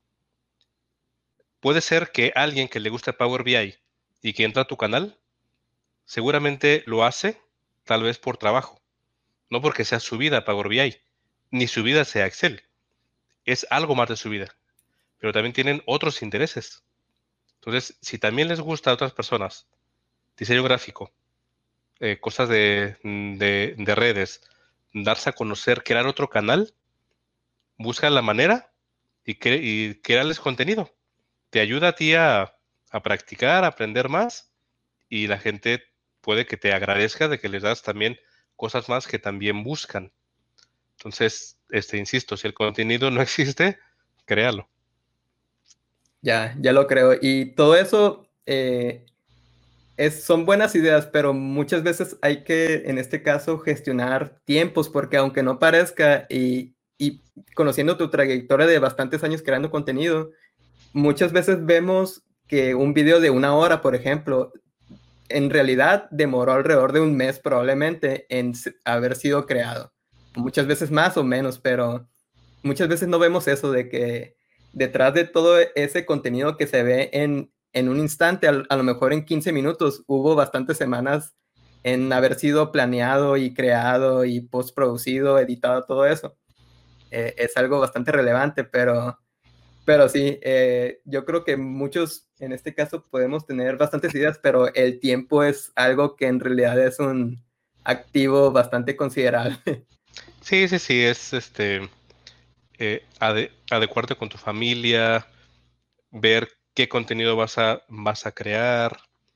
S2: Puede ser que alguien que le guste Power B I y que entra a tu canal, seguramente lo hace tal vez por trabajo, no porque sea su vida Power B I, ni su vida sea Excel. Es algo más de su vida, pero también tienen otros intereses. Entonces, si también les gusta a otras personas, diseño gráfico, eh, cosas de, de, de redes, darse a conocer, crear otro canal, busca la manera y, cre y crearles contenido. Te ayuda a ti a, a practicar, a aprender más y la gente puede que te agradezca de que les das también cosas más que también buscan. Entonces, este, insisto, si el contenido no existe, créalo.
S1: Ya, ya lo creo. Y todo eso eh, es, son buenas ideas, pero muchas veces hay que, en este caso, gestionar tiempos, porque aunque no parezca, y, y conociendo tu trayectoria de bastantes años creando contenido, muchas veces vemos que un video de una hora, por ejemplo, en realidad demoró alrededor de un mes probablemente en haber sido creado. Muchas veces más o menos, pero muchas veces no vemos eso de que detrás de todo ese contenido que se ve en, en un instante, a, a lo mejor en quince minutos, hubo bastantes semanas en haber sido planeado y creado y postproducido, editado, todo eso. Eh, es algo bastante relevante, pero, pero sí, eh, yo creo que muchos en este caso podemos tener bastantes ideas, pero el tiempo es algo que en realidad es un activo bastante considerable.
S2: Sí, sí, sí, es este eh, ade- adecuarte con tu familia, ver qué contenido vas a, vas a crear,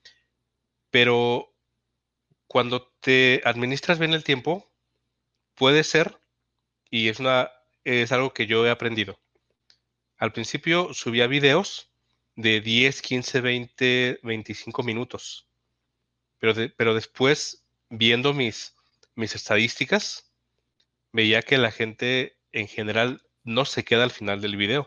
S2: pero cuando te administras bien el tiempo, puede ser, y es una, es algo que yo he aprendido. Al principio subía videos de diez, quince, veinte, veinticinco minutos, pero, de- pero después, viendo mis, mis estadísticas, veía que la gente en general no se queda al final del video.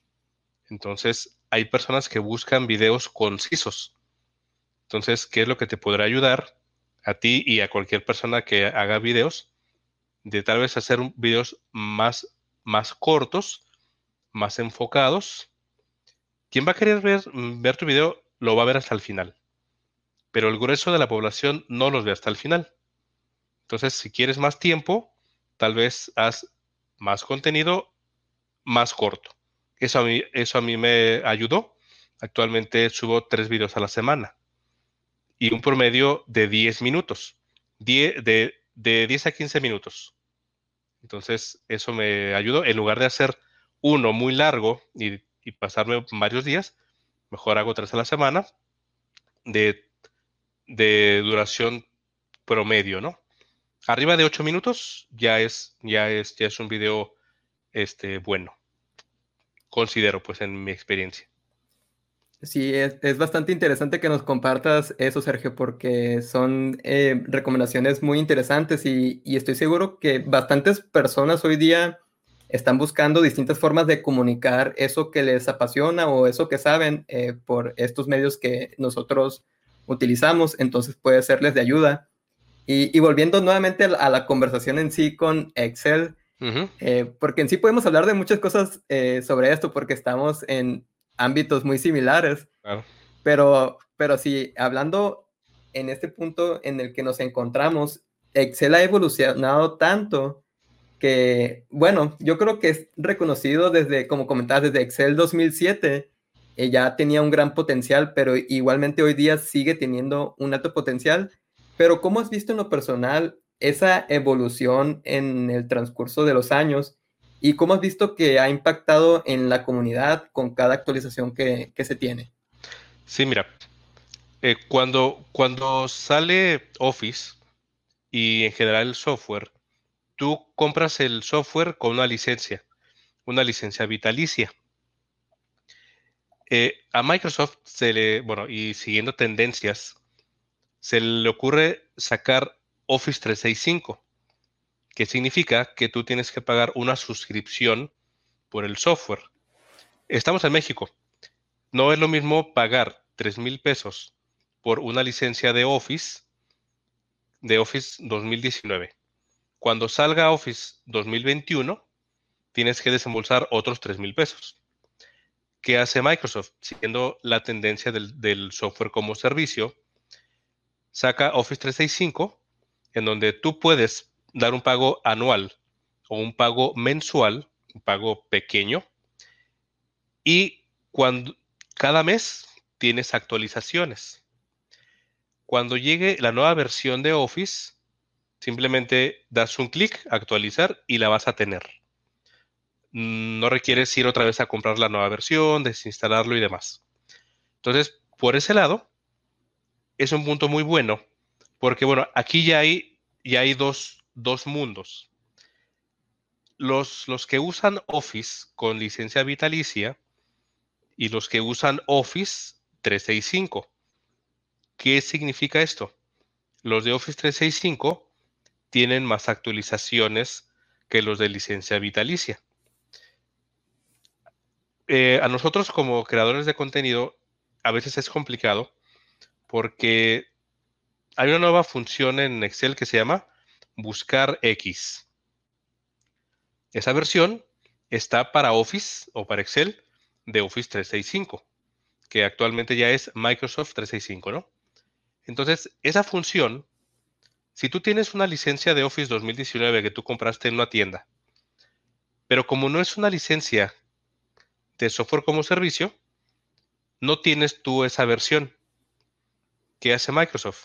S2: Entonces, hay personas que buscan videos concisos. Entonces, ¿qué es lo que te podrá ayudar a ti y a cualquier persona que haga videos? De tal vez hacer un- videos más, más cortos, más enfocados. Quien va a querer ver, mm, ver tu video lo va a ver hasta el final, pero el grueso de la población no los ve hasta el final. Entonces, si quieres más tiempo, tal vez haz más contenido más corto. Eso a mí, eso a mí me ayudó. Actualmente subo tres videos a la semana y un promedio de diez minutos, Die- de, de diez a quince minutos. Entonces, eso me ayudó. En lugar de hacer uno muy largo y, y pasarme varios días, mejor hago tres a la semana de, de duración promedio, ¿no? Arriba de ocho minutos ya es, ya es, ya es un video este, bueno, considero, pues, en mi experiencia.
S1: Sí, es, es bastante interesante que nos compartas eso, Sergio, porque son eh, recomendaciones muy interesantes y, y estoy seguro que bastantes personas hoy día están buscando distintas formas de comunicar eso que les apasiona o eso que saben eh, por estos medios que nosotros utilizamos, entonces puede serles de ayuda. Y, y volviendo nuevamente a la, a la conversación en sí con Excel,
S2: Ujú,
S1: eh, porque en sí podemos hablar de muchas cosas eh, sobre esto porque estamos en ámbitos muy similares.
S2: claro.
S1: Pero, pero sí, hablando en este punto en el que nos encontramos, Excel ha evolucionado tanto que, bueno, yo creo que es reconocido desde, como comentabas, desde Excel dos mil siete, eh, ya tenía un gran potencial, pero igualmente hoy día sigue teniendo un alto potencial. Pero ¿cómo has visto en lo personal esa evolución en el transcurso de los años? ¿Y cómo has visto que ha impactado en la comunidad con cada actualización que, que se tiene?
S2: Sí, mira, eh, cuando, cuando sale Office y en general el software, tú compras el software con una licencia, una licencia vitalicia. Eh, a Microsoft se le, bueno, y siguiendo tendencias, se le ocurre sacar Office trescientos sesenta y cinco, que significa que tú tienes que pagar una suscripción por el software. Estamos en México. No es lo mismo pagar tres mil pesos por una licencia de Office, de Office dos mil diecinueve. Cuando salga Office dos mil veintiuno, tienes que desembolsar otros tres mil pesos. ¿Qué hace Microsoft? Siguiendo la tendencia del, del software como servicio, saca Office trescientos sesenta y cinco, en donde tú puedes dar un pago anual o un pago mensual, un pago pequeño, y cuando cada mes tienes actualizaciones. Cuando llegue la nueva versión de Office, simplemente das un clic, actualizar y la vas a tener. No requieres ir otra vez a comprar la nueva versión, desinstalarlo y demás. Entonces, por ese lado, es un punto muy bueno, porque bueno, aquí ya hay, ya hay dos, dos mundos. Los, los que usan Office con licencia vitalicia y los que usan Office trescientos sesenta y cinco. ¿Qué significa esto? Los de Office trescientos sesenta y cinco tienen más actualizaciones que los de licencia vitalicia. Eh, a nosotros como creadores de contenido a veces es complicado porque hay una nueva función en Excel que se llama buscar X. Esa versión está para Office o para Excel de Office trescientos sesenta y cinco, que actualmente ya es Microsoft trescientos sesenta y cinco, ¿no? Entonces, esa función Si tú tienes una licencia de Office dos mil diecinueve que tú compraste en una tienda, pero como no es una licencia de software como servicio, no tienes tú esa versión. ¿Qué hace Microsoft?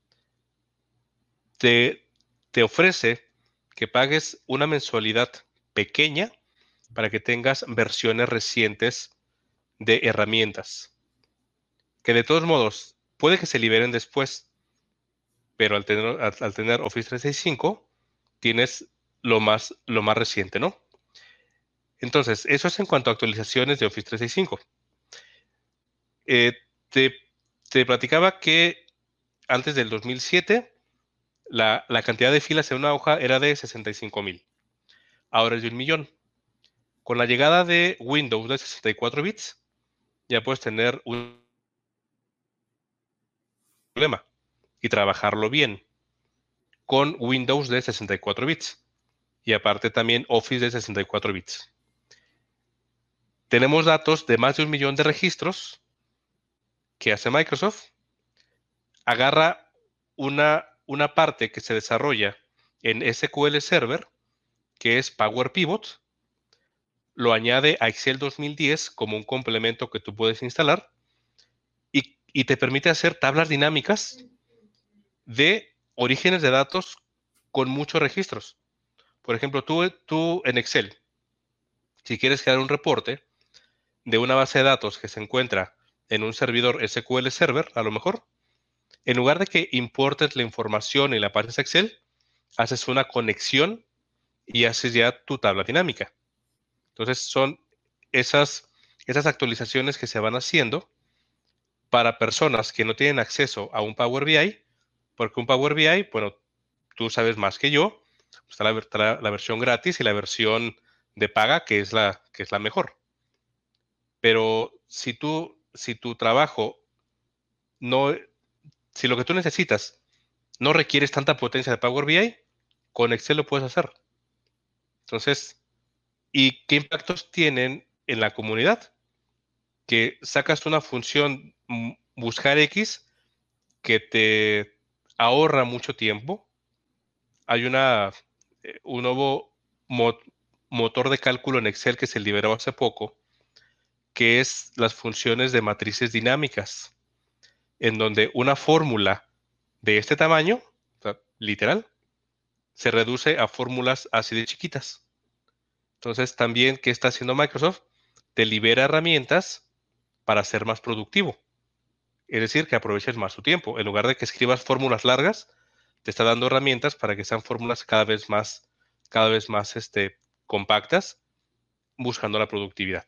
S2: Te, te ofrece que pagues una mensualidad pequeña para que tengas versiones recientes de herramientas, que de todos modos puede que se liberen después, pero al tener, al, al tener Office trescientos sesenta y cinco tienes lo más, lo más reciente, ¿no? Entonces, eso es en cuanto a actualizaciones de Office trescientos sesenta y cinco. Eh, te, te platicaba que antes del dos mil siete la, la cantidad de filas en una hoja era de sesenta y cinco mil. Ahora es de un millón. Con la llegada de Windows de sesenta y cuatro bits, ya puedes tener un problema y trabajarlo bien con Windows de sesenta y cuatro bits y aparte también Office de sesenta y cuatro bits. Tenemos datos de más de un millón de registros que hace Microsoft. Agarra una, una parte que se desarrolla en S Q L Server, que es Power Pivot, lo añade a Excel dos mil diez como un complemento que tú puedes instalar y, y te permite hacer tablas dinámicas de orígenes de datos con muchos registros. Por ejemplo, tú, tú en Excel, si quieres crear un reporte de una base de datos que se encuentra en un servidor S Q L Server, a lo mejor, en lugar de que importes la información y la pases a Excel, haces una conexión y haces ya tu tabla dinámica. Entonces son esas, esas actualizaciones que se van haciendo para personas que no tienen acceso a un Power B I, porque un Power B I, bueno, tú sabes más que yo, está la, está la, la versión gratis y la versión de paga, que es la, que es la mejor. Pero si tú, si tu trabajo no, si lo que tú necesitas no requieres tanta potencia de Power B I, con Excel lo puedes hacer. Entonces, ¿y qué impactos tienen en la comunidad? Que sacas una función mm, buscar X que te ahorra mucho tiempo. Hay una, eh, un nuevo mo- motor de cálculo en Excel que se liberó hace poco, que es las funciones de matrices dinámicas, en donde una fórmula de este tamaño, o sea, literal, se reduce a fórmulas así de chiquitas. Entonces, también, ¿qué está haciendo Microsoft? Te libera herramientas para ser más productivo. Es decir, que aproveches más tu tiempo. En lugar de que escribas fórmulas largas, te está dando herramientas para que sean fórmulas cada vez más, cada vez más este, compactas, buscando la productividad.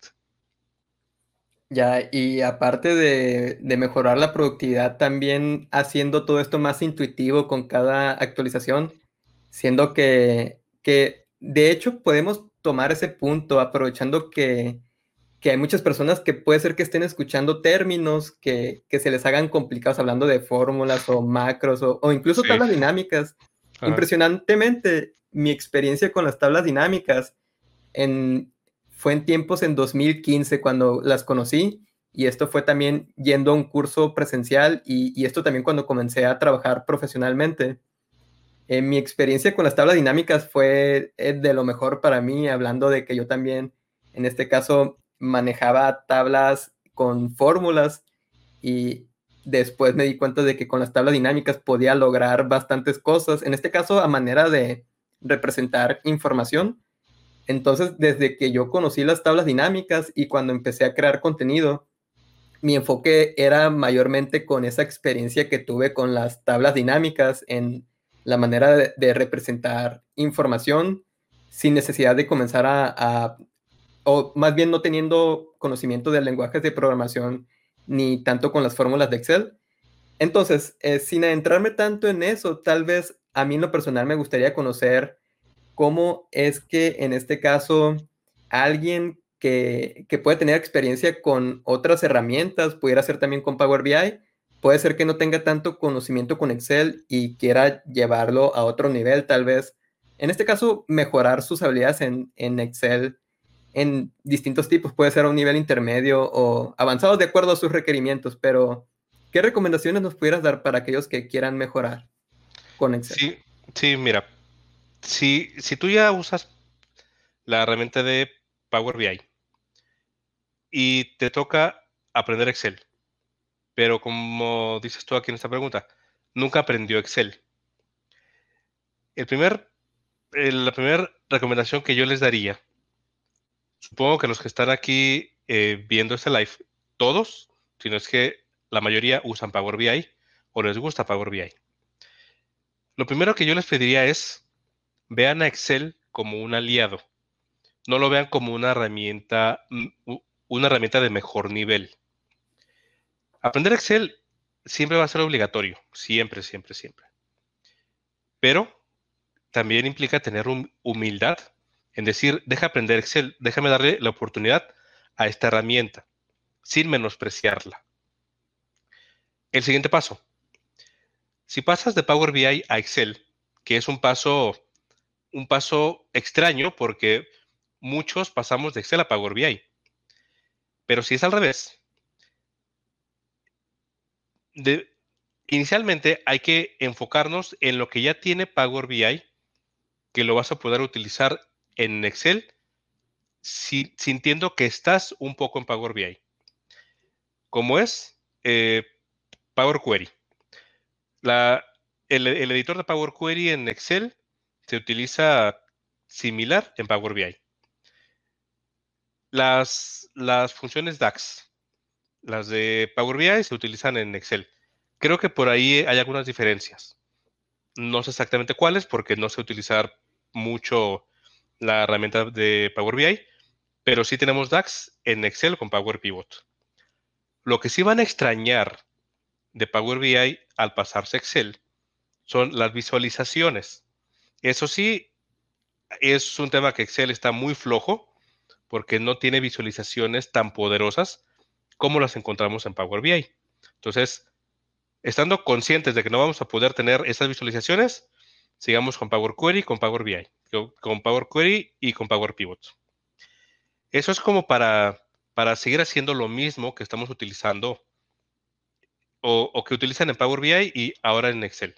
S1: Ya, y aparte de, de mejorar la productividad, también haciendo todo esto más intuitivo con cada actualización, siendo que, que de hecho podemos tomar ese punto aprovechando que, que hay muchas personas que puede ser que estén escuchando términos que, que se les hagan complicados hablando de fórmulas o macros o, o incluso
S2: Sí.
S1: tablas dinámicas.
S2: Ajá.
S1: Impresionantemente, mi experiencia con las tablas dinámicas en, fue en tiempos en dos mil quince cuando las conocí y esto fue también yendo a un curso presencial y, y esto también cuando comencé a trabajar profesionalmente. Eh, mi experiencia con las tablas dinámicas fue eh, de lo mejor para mí, hablando de que yo también, en este caso, manejaba tablas con fórmulas y después me di cuenta de que con las tablas dinámicas podía lograr bastantes cosas, en este caso a manera de representar información. Entonces, desde que yo conocí las tablas dinámicas y cuando empecé a crear contenido, mi enfoque era mayormente con esa experiencia que tuve con las tablas dinámicas en la manera de, de representar información sin necesidad de comenzar a, a, o más bien no teniendo conocimiento de lenguajes de programación ni tanto con las fórmulas de Excel. Entonces, eh, sin adentrarme tanto en eso, tal vez a mí en lo personal me gustaría conocer cómo es que en este caso alguien que, que puede tener experiencia con otras herramientas, pudiera ser también con Power B I, puede ser que no tenga tanto conocimiento con Excel y quiera llevarlo a otro nivel, tal vez. En este caso, mejorar sus habilidades en, en Excel en distintos tipos, puede ser a un nivel intermedio o avanzado de acuerdo a sus requerimientos, pero ¿qué recomendaciones nos pudieras dar para aquellos que quieran mejorar? con Excel.
S2: Sí, sí, mira, si, si tú ya usas la herramienta de Power B I y te toca aprender Excel, pero como dices tú aquí en esta pregunta, nunca aprendió Excel. El primer, eh, la primera recomendación que yo les daría, supongo que los que están aquí eh, viendo este live, todos, si no es que la mayoría usan Power B I o les gusta Power B I. Lo primero que yo les pediría es, vean a Excel como un aliado. No lo vean como una herramienta, mm, u- una herramienta de mejor nivel. Aprender Excel siempre va a ser obligatorio, siempre, siempre, siempre. Pero también implica tener hum- humildad en decir, deja aprender Excel, déjame darle la oportunidad a esta herramienta, sin menospreciarla. El siguiente paso. Si pasas de Power B I a Excel, que es un paso, un paso extraño porque muchos pasamos de Excel a Power B I. Pero si es al revés, de, inicialmente hay que enfocarnos en lo que ya tiene Power B I, que lo vas a poder utilizar en Excel, si, sintiendo que estás un poco en Power B I. Como es eh, Power Query. La, el, el editor de Power Query en Excel se utiliza similar en Power B I. Las, las funciones DAX, las de Power B I, se utilizan en Excel. Creo que por ahí hay algunas diferencias. No sé exactamente cuáles porque no sé utilizar mucho la herramienta de Power B I, pero sí tenemos DAX en Excel con Power Pivot. Lo que sí van a extrañar de Power B I al pasarse a Excel son las visualizaciones. Eso sí, es un tema que Excel está muy flojo porque no tiene visualizaciones tan poderosas como las encontramos en Power B I. Entonces, estando conscientes de que no vamos a poder tener esas visualizaciones, sigamos con Power Query, con Power B I, con Power Query y con Power Pivot. Eso es como para, para seguir haciendo lo mismo que estamos utilizando o, o que utilizan en Power B I y ahora en Excel.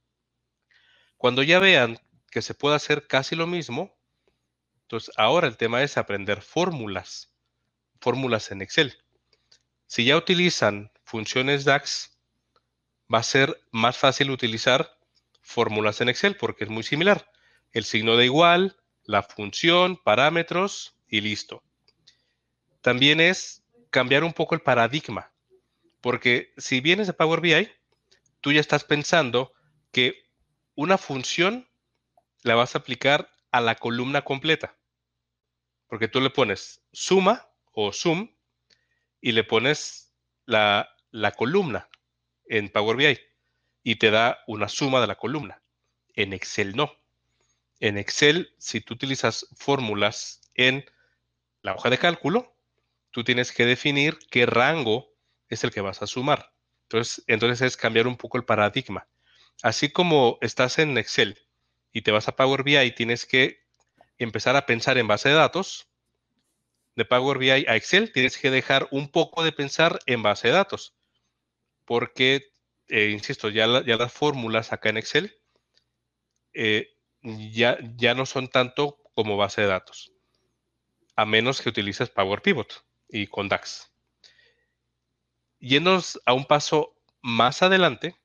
S2: Cuando ya vean que se puede hacer casi lo mismo, entonces ahora el tema es aprender fórmulas, fórmulas en Excel. Si ya utilizan funciones DAX, va a ser más fácil utilizar fórmulas en Excel porque es muy similar. El signo de igual, la función, parámetros y listo. También es cambiar un poco el paradigma, porque si vienes de Power B I, tú ya estás pensando que una función la vas a aplicar a la columna completa, porque tú le pones suma o sum y le pones la, la columna en Power B I y te da una suma de la columna. En Excel no. En Excel, si tú utilizas fórmulas en la hoja de cálculo, tú tienes que definir qué rango es el que vas a sumar. Entonces, entonces es cambiar un poco el paradigma. Así como estás en Excel y te vas a Power B I y tienes que empezar a pensar en base de datos, de Power B I a Excel tienes que dejar un poco de pensar en base de datos, porque, eh, insisto, ya, la, ya las fórmulas acá en Excel eh, ya, ya no son tanto como base de datos, a menos que utilices Power Pivot y con DAX. Yéndonos a un paso más adelante,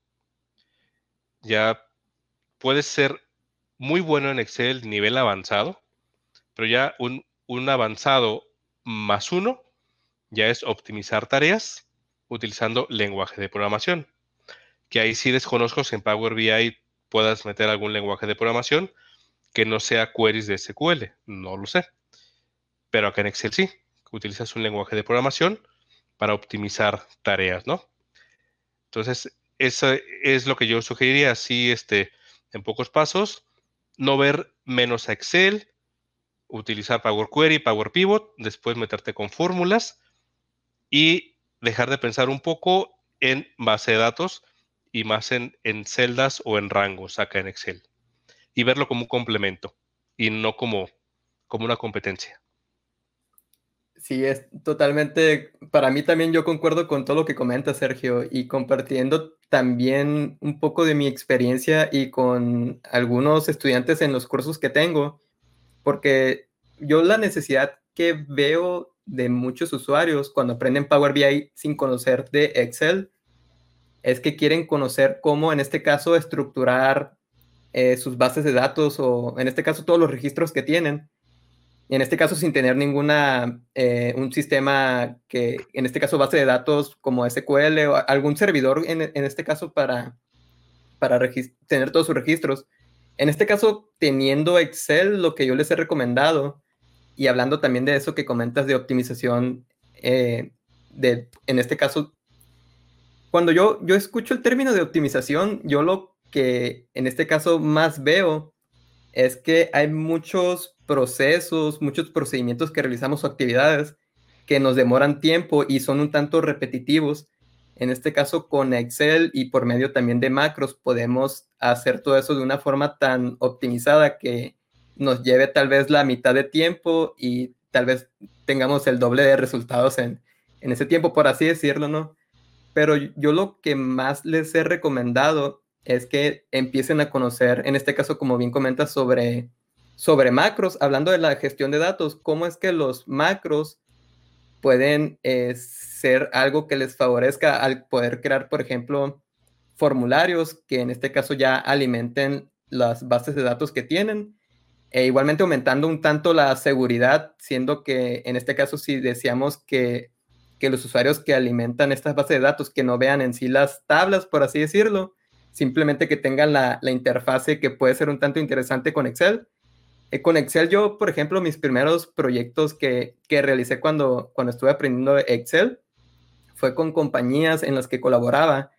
S2: ya puedes ser muy bueno en Excel nivel avanzado, pero ya un, un avanzado más uno ya es optimizar tareas utilizando lenguaje de programación, que ahí sí desconozco si en Power B I puedas meter algún lenguaje de programación que no sea queries de S Q L, no lo sé, pero acá en Excel sí, utilizas un lenguaje de programación para optimizar tareas, ¿no? Entonces, eso es lo que yo sugeriría, así, este, en pocos pasos, no ver menos a Excel, utilizar Power Query, Power Pivot, después meterte con fórmulas y dejar de pensar un poco en base de datos y más en, en celdas o en rangos acá en Excel. Y verlo como un complemento y no como, como una competencia.
S1: Sí, es totalmente, para mí también yo concuerdo con todo lo que comenta Sergio y compartiendo también un poco de mi experiencia y con algunos estudiantes en los cursos que tengo, porque yo la necesidad que veo de muchos usuarios cuando aprenden Power B I sin conocer de Excel es que quieren conocer cómo en este caso estructurar eh, sus bases de datos o en este caso todos los registros que tienen. En este caso sin tener ninguna, eh, un sistema que, en este caso base de datos como S Q L o algún servidor en, en este caso para, para tener todos sus registros. En este caso, teniendo Excel, lo que yo les he recomendado, y hablando también de eso que comentas de optimización, eh, de, en este caso, cuando yo, yo escucho el término de optimización, yo lo que en este caso más veo es que hay muchos procesos, muchos procedimientos que realizamos o actividades que nos demoran tiempo y son un tanto repetitivos. En este caso, con Excel y por medio también de macros, podemos hacer todo eso de una forma tan optimizada que nos lleve tal vez la mitad de tiempo y tal vez tengamos el doble de resultados en, en ese tiempo, por así decirlo, ¿no? Pero yo lo que más les he recomendado es que empiecen a conocer, en este caso, como bien comentas, sobre, sobre macros, hablando de la gestión de datos, cómo es que los macros pueden eh, ser algo que les favorezca al poder crear, por ejemplo, formularios que en este caso ya alimenten las bases de datos que tienen, e igualmente aumentando un tanto la seguridad, siendo que en este caso si decíamos que, que los usuarios que alimentan estas bases de datos que no vean en sí las tablas, por así decirlo, simplemente que tengan la, la interfase que puede ser un tanto interesante con Excel. Eh, con Excel yo, por ejemplo, mis primeros proyectos que, que realicé cuando, cuando estuve aprendiendo Excel fue con compañías en las que colaboraba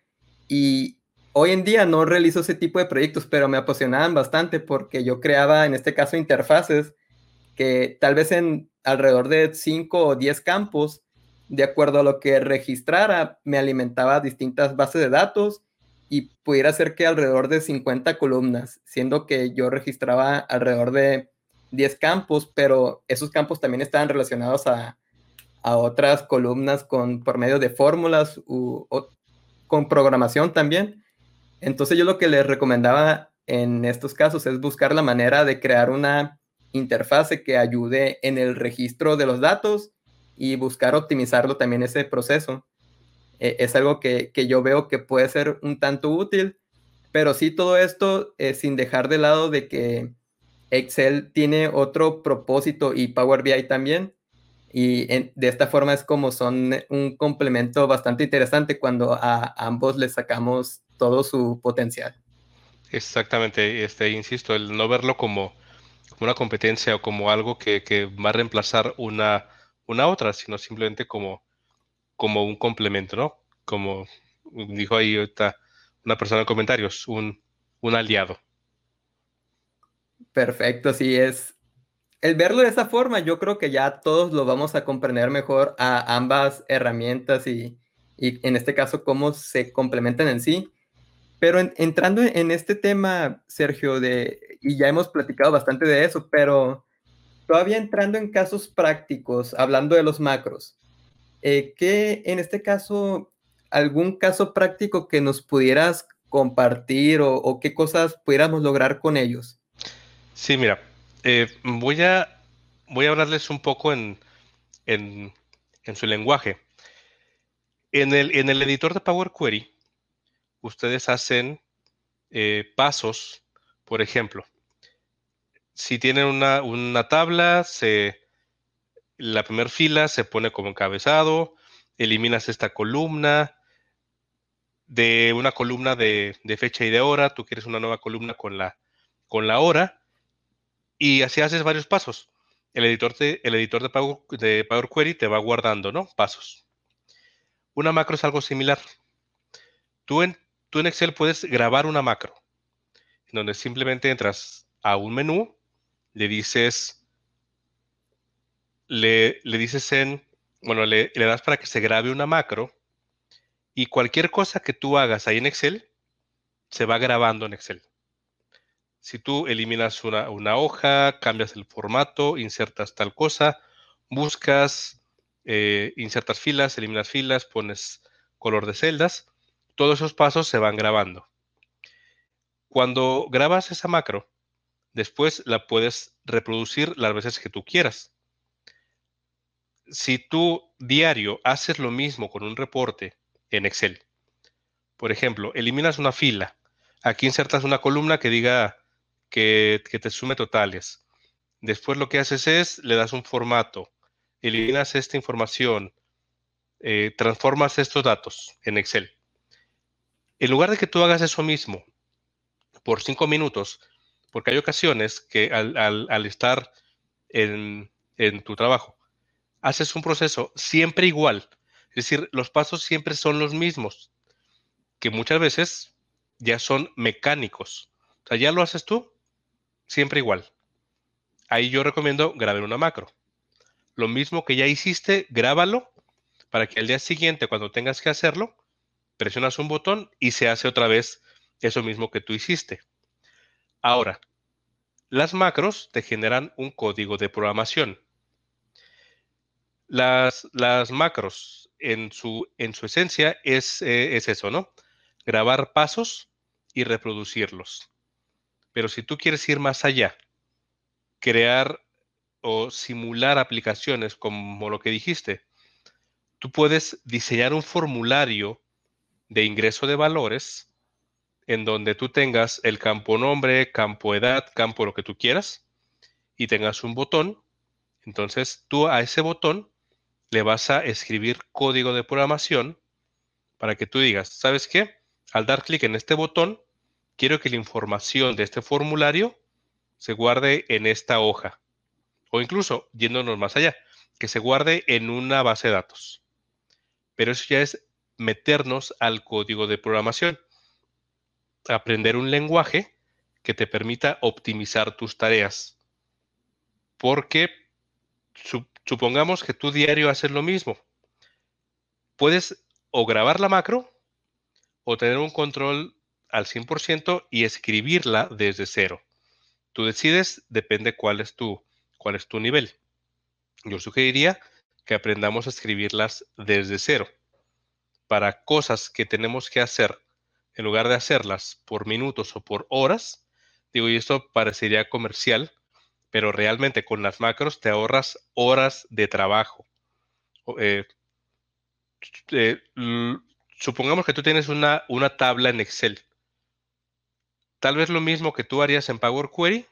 S1: y hoy en día no realizo ese tipo de proyectos, pero me apasionaban bastante porque yo creaba, en este caso, interfaces que tal vez en alrededor de cinco o diez campos, de acuerdo a lo que registrara, me alimentaba distintas bases de datos y pudiera ser que alrededor de cincuenta columnas, siendo que yo registraba alrededor de diez campos, pero esos campos también estaban relacionados a, a otras columnas con, por medio de fórmulas u, o con programación también. Entonces yo lo que les recomendaba en estos casos es buscar la manera de crear una interfase que ayude en el registro de los datos y buscar optimizarlo también ese proceso. Eh, es algo que, que, yo veo que puede ser un tanto útil, pero sí todo esto eh, sin dejar de lado de que Excel tiene otro propósito y Power B I también. Y en, de esta forma es como son un complemento bastante interesante cuando a ambos les sacamos todo su potencial.
S2: Exactamente, este, insisto, el no verlo como, como una competencia o como algo que, que va a reemplazar una, una otra, sino simplemente como, como un complemento, ¿no? Como dijo ahí ahorita una persona en comentarios, un, un aliado.
S1: Perfecto, así es. El verlo de esa forma, yo creo que ya todos lo vamos a comprender mejor a ambas herramientas y, y en este caso cómo se complementan en sí. Pero en- entrando en este tema, Sergio, de, y ya hemos platicado bastante de eso, pero todavía entrando en casos prácticos, hablando de los macros, eh, ¿qué en este caso, algún caso práctico que nos pudieras compartir o, o qué cosas pudiéramos lograr con ellos?
S2: Sí, mira, eh, voy a, voy a hablarles un poco en, en, en su lenguaje. En el, en el editor de Power Query, ustedes hacen eh, pasos, por ejemplo, si tienen una, una tabla, se, la primera fila se pone como encabezado, eliminas esta columna, de una columna de, de fecha y de hora, tú quieres una nueva columna con la, con la hora, y así haces varios pasos. El editor, te, el editor de, Power, de Power Query te va guardando, ¿no? Pasos. Una macro es algo similar. Tú en, tú en Excel puedes grabar una macro, en donde simplemente entras a un menú, le dices, le, le dices en, bueno, le, le das para que se grabe una macro y cualquier cosa que tú hagas ahí en Excel se va grabando en Excel. Si tú eliminas una, una hoja, cambias el formato, insertas tal cosa, buscas eh, insertas filas, eliminas filas, pones color de celdas. Todos esos pasos se van grabando. Cuando grabas esa macro, después la puedes reproducir las veces que tú quieras. Si tú diario haces lo mismo con un reporte en Excel, por ejemplo, eliminas una fila, aquí insertas una columna que diga que, que te sume totales. Después lo que haces es, le das un formato, eliminas esta información, eh, transformas estos datos en Excel. En lugar de que tú hagas eso mismo por cinco minutos, porque hay ocasiones que al, al, al estar en, en tu trabajo, haces un proceso siempre igual. Es decir, los pasos siempre son los mismos, que muchas veces ya son mecánicos. O sea, ya lo haces tú siempre igual. Ahí yo recomiendo grabar una macro. Lo mismo que ya hiciste, grábalo para que al día siguiente, cuando tengas que hacerlo, presionas un botón y se hace otra vez eso mismo que tú hiciste. Ahora, las macros te generan un código de programación. Las, las macros en su, en su esencia es, eh, es eso, ¿no? Grabar pasos y reproducirlos. Pero si tú quieres ir más allá, crear o simular aplicaciones como lo que dijiste, tú puedes diseñar un formulario de ingreso de valores en donde tú tengas el campo nombre, campo edad, campo lo que tú quieras y tengas un botón. Entonces tú a ese botón le vas a escribir código de programación para que tú digas, ¿sabes qué? Al dar clic en este botón, quiero que la información de este formulario se guarde en esta hoja. O incluso, yéndonos más allá, que se guarde en una base de datos. Pero eso ya es meternos al código de programación. Aprender un lenguaje que te permita optimizar tus tareas. Porque supongamos que tú diario haces lo mismo. Puedes o grabar la macro o tener un control al cien por ciento y escribirla desde cero. Tú decides, depende cuál es tu, cuál es tu nivel. Yo sugeriría que aprendamos a escribirlas desde cero. Para cosas que tenemos que hacer, en lugar de hacerlas por minutos o por horas, digo, y esto parecería comercial, pero realmente con las macros te ahorras horas de trabajo. Eh, eh, supongamos que tú tienes una, una tabla en Excel. Tal vez lo mismo que tú harías en Power Query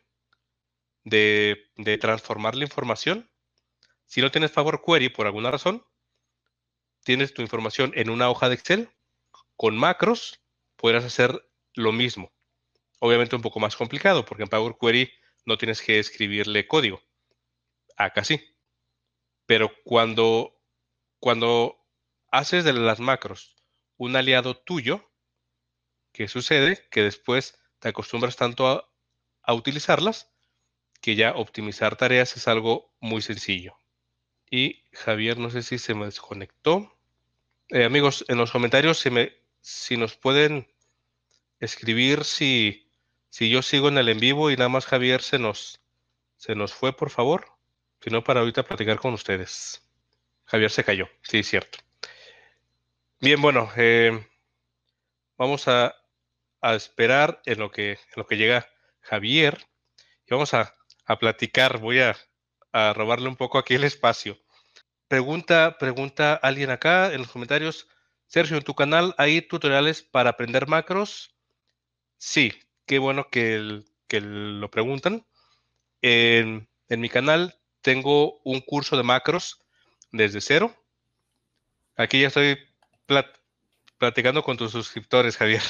S2: de, de transformar la información. Si no tienes Power Query por alguna razón, tienes tu información en una hoja de Excel. Con macros podrás hacer lo mismo. Obviamente un poco más complicado, porque en Power Query no tienes que escribirle código. Acá sí. Pero cuando, cuando haces de las macros un aliado tuyo, ¿qué sucede? Que después te acostumbras tanto a, a utilizarlas que ya optimizar tareas es algo muy sencillo. Y Javier, no sé si se me desconectó. Eh, amigos, en los comentarios si, me, si nos pueden escribir si, si yo sigo en el en vivo y nada más Javier se nos, se nos fue, por favor. Si no, para ahorita platicar con ustedes. Javier se cayó, sí, es cierto. Bien, bueno, eh, vamos a, a esperar en lo que, en lo que llega Javier y vamos a, a platicar. Voy a, a robarle un poco aquí el espacio. Pregunta, pregunta alguien acá en los comentarios. Sergio, ¿en tu canal hay tutoriales para aprender macros? Sí, qué bueno que, el, que lo preguntan. En, en mi canal tengo un curso de macros desde cero. Aquí ya estoy plat, platicando con tus suscriptores, Javier.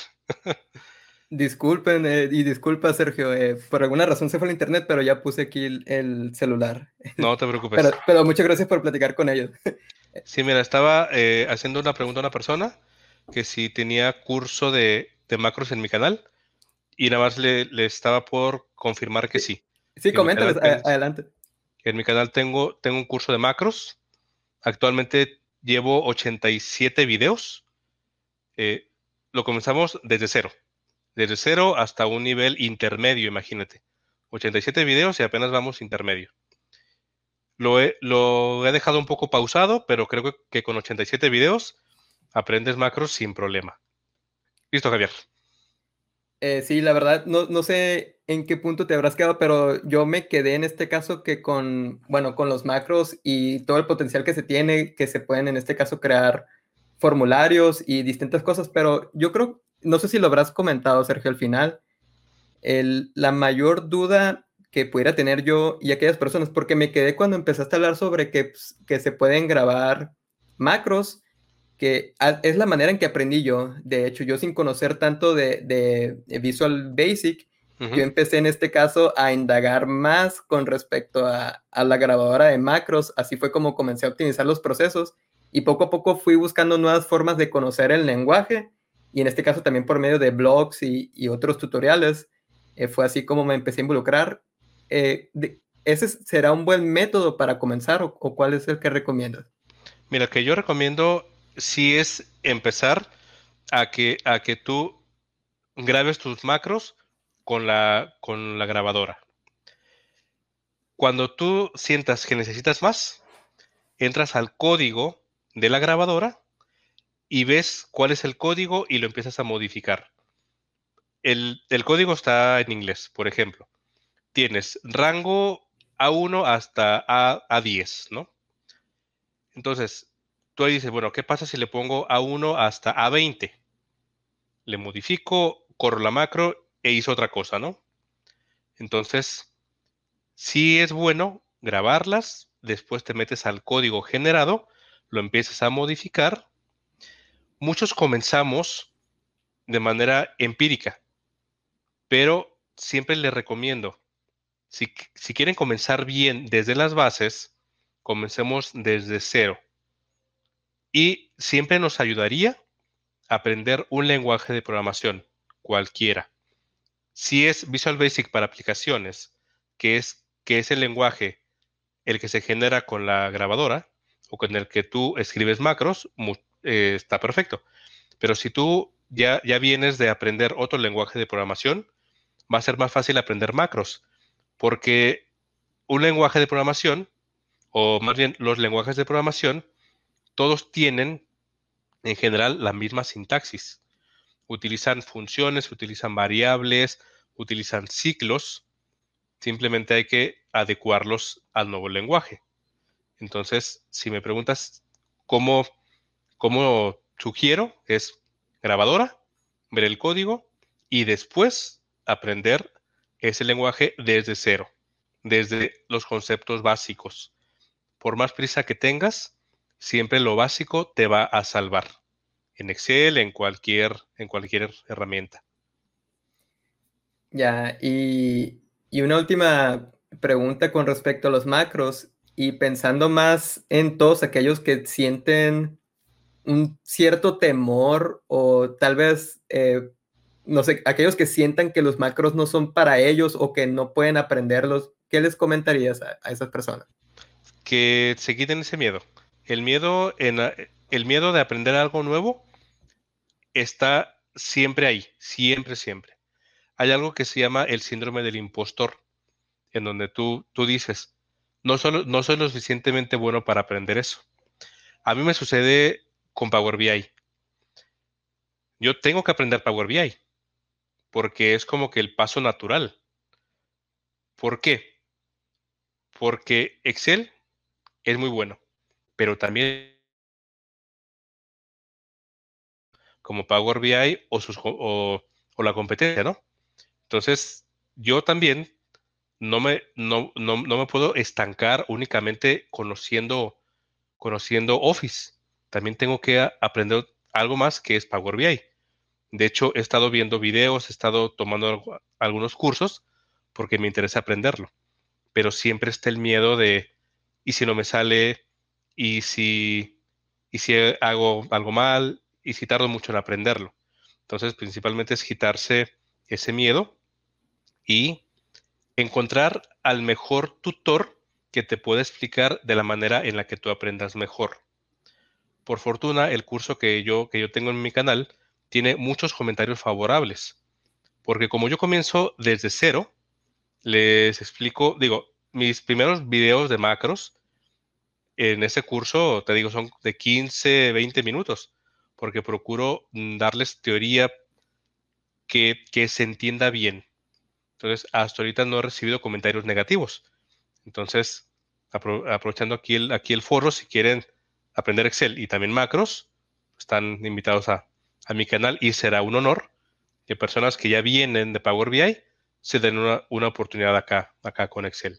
S1: Disculpen, eh, y disculpa, Sergio, eh, por alguna razón se fue el internet, pero ya puse aquí el, el celular.
S2: No te preocupes.
S1: Pero, pero muchas gracias por platicar con ellos.
S2: Sí, mira, estaba eh, haciendo una pregunta a una persona que si tenía curso de, de macros en mi canal y nada más le, le estaba por confirmar que sí.
S1: Sí,
S2: En mi
S1: coméntales,
S2: canal, ten,
S1: adelante.
S2: en mi canal tengo, tengo un curso de macros. Actualmente llevo ochenta y siete videos. Eh, lo comenzamos desde cero. Desde cero hasta un nivel intermedio, imagínate. ochenta y siete videos y apenas vamos intermedio. Lo he, lo he dejado un poco pausado, pero creo que, que con ochenta y siete videos aprendes macros sin problema. Listo, Javier.
S1: Eh, sí, la verdad, no, no sé en qué punto te habrás quedado, pero yo me quedé en este caso que con, bueno, con los macros y todo el potencial que se tiene, que se pueden en este caso crear formularios y distintas cosas, pero yo creo, no sé si lo habrás comentado, Sergio, al final, el, la mayor duda que pudiera tener yo y aquellas personas, porque me quedé cuando empezaste a hablar sobre que, pues, que se pueden grabar macros, que a- es la manera en que aprendí yo. De hecho, yo sin conocer tanto de, de- de Visual Basic, yo
S2: Ujú.
S1: empecé en este caso a indagar más con respecto a, a la grabadora de macros. Así fue como comencé a optimizar los procesos y poco a poco fui buscando nuevas formas de conocer el lenguaje y en este caso también por medio de blogs y, y otros tutoriales. Eh, fue así como me empecé a involucrar. Eh, de- ¿ese será un buen método para comenzar o, o cuál es el que recomiendas?
S2: Mira, que yo recomiendo sí es empezar a que, a que tú grabes tus macros con la, con la grabadora. Cuando tú sientas que necesitas más, entras al código de la grabadora y ves cuál es el código y lo empiezas a modificar. El, el código está en inglés, por ejemplo. Tienes rango A uno hasta A, A10, ¿no? Entonces, tú ahí dices, bueno, ¿qué pasa si le pongo A uno hasta A veinte? Le modifico, corro la macro e hizo otra cosa, ¿no? Entonces, sí es bueno grabarlas, después te metes al código generado, lo empiezas a modificar. Muchos comenzamos de manera empírica, pero siempre les recomiendo, si, si quieren comenzar bien desde las bases, comencemos desde cero. Y siempre nos ayudaría aprender un lenguaje de programación, cualquiera. Si es Visual Basic para aplicaciones, que es, que es el lenguaje el que se genera con la grabadora o con el que tú escribes macros, mu- eh, está perfecto. Pero si tú ya, ya vienes de aprender otro lenguaje de programación, va a ser más fácil aprender macros, porque un lenguaje de programación, o más bien los lenguajes de programación, todos tienen en general la misma sintaxis. Utilizan funciones, utilizan variables, utilizan ciclos, simplemente hay que adecuarlos al nuevo lenguaje. Entonces, si me preguntas cómo, cómo sugiero, es grabadora, ver el código y después aprender ese lenguaje desde cero, desde los conceptos básicos. Por más prisa que tengas, siempre lo básico te va a salvar. En Excel, en cualquier, en cualquier herramienta.
S1: Ya, y, y una última pregunta con respecto a los macros y pensando más en todos aquellos que sienten un cierto temor o tal vez, eh, no sé, aquellos que sientan que los macros no son para ellos o que no pueden aprenderlos, ¿qué les comentarías a, a esas personas?
S2: Que se quiten ese miedo. El miedo, en, el miedo de aprender algo nuevo está siempre ahí, siempre, siempre. Hay algo que se llama el síndrome del impostor, en donde tú, tú dices, no, solo, no soy lo suficientemente bueno para aprender eso. A mí me sucede con Power B I. Yo tengo que aprender Power B I porque es como que el paso natural. ¿Por qué? Porque Excel es muy bueno, pero también como Power B I o, sus, o, o la competencia, ¿no? Entonces, yo también no me, no, no, no me puedo estancar únicamente conociendo, conociendo Office. También tengo que a- aprender algo más que es Power B I. De hecho, he estado viendo videos, he estado tomando algu- algunos cursos porque me interesa aprenderlo. Pero siempre está el miedo de, ¿y si no me sale? ¿Y si, y si hago algo mal? ¿Y si tardo mucho en aprenderlo? Entonces, principalmente es quitarse ese miedo y encontrar al mejor tutor que te pueda explicar de la manera en la que tú aprendas mejor. Por fortuna, el curso que yo, que yo tengo en mi canal tiene muchos comentarios favorables, porque como yo comienzo desde cero, les explico, digo, mis primeros videos de macros en ese curso, te digo, son de quince, veinte minutos, porque procuro mm, darles teoría que, que se entienda bien. Entonces, hasta ahorita no he recibido comentarios negativos. Entonces, apro- aprovechando aquí el, aquí el foro, si quieren aprender Excel y también macros, están invitados a, a mi canal y será un honor que personas que ya vienen de Power B I se den una, una oportunidad acá, acá con Excel.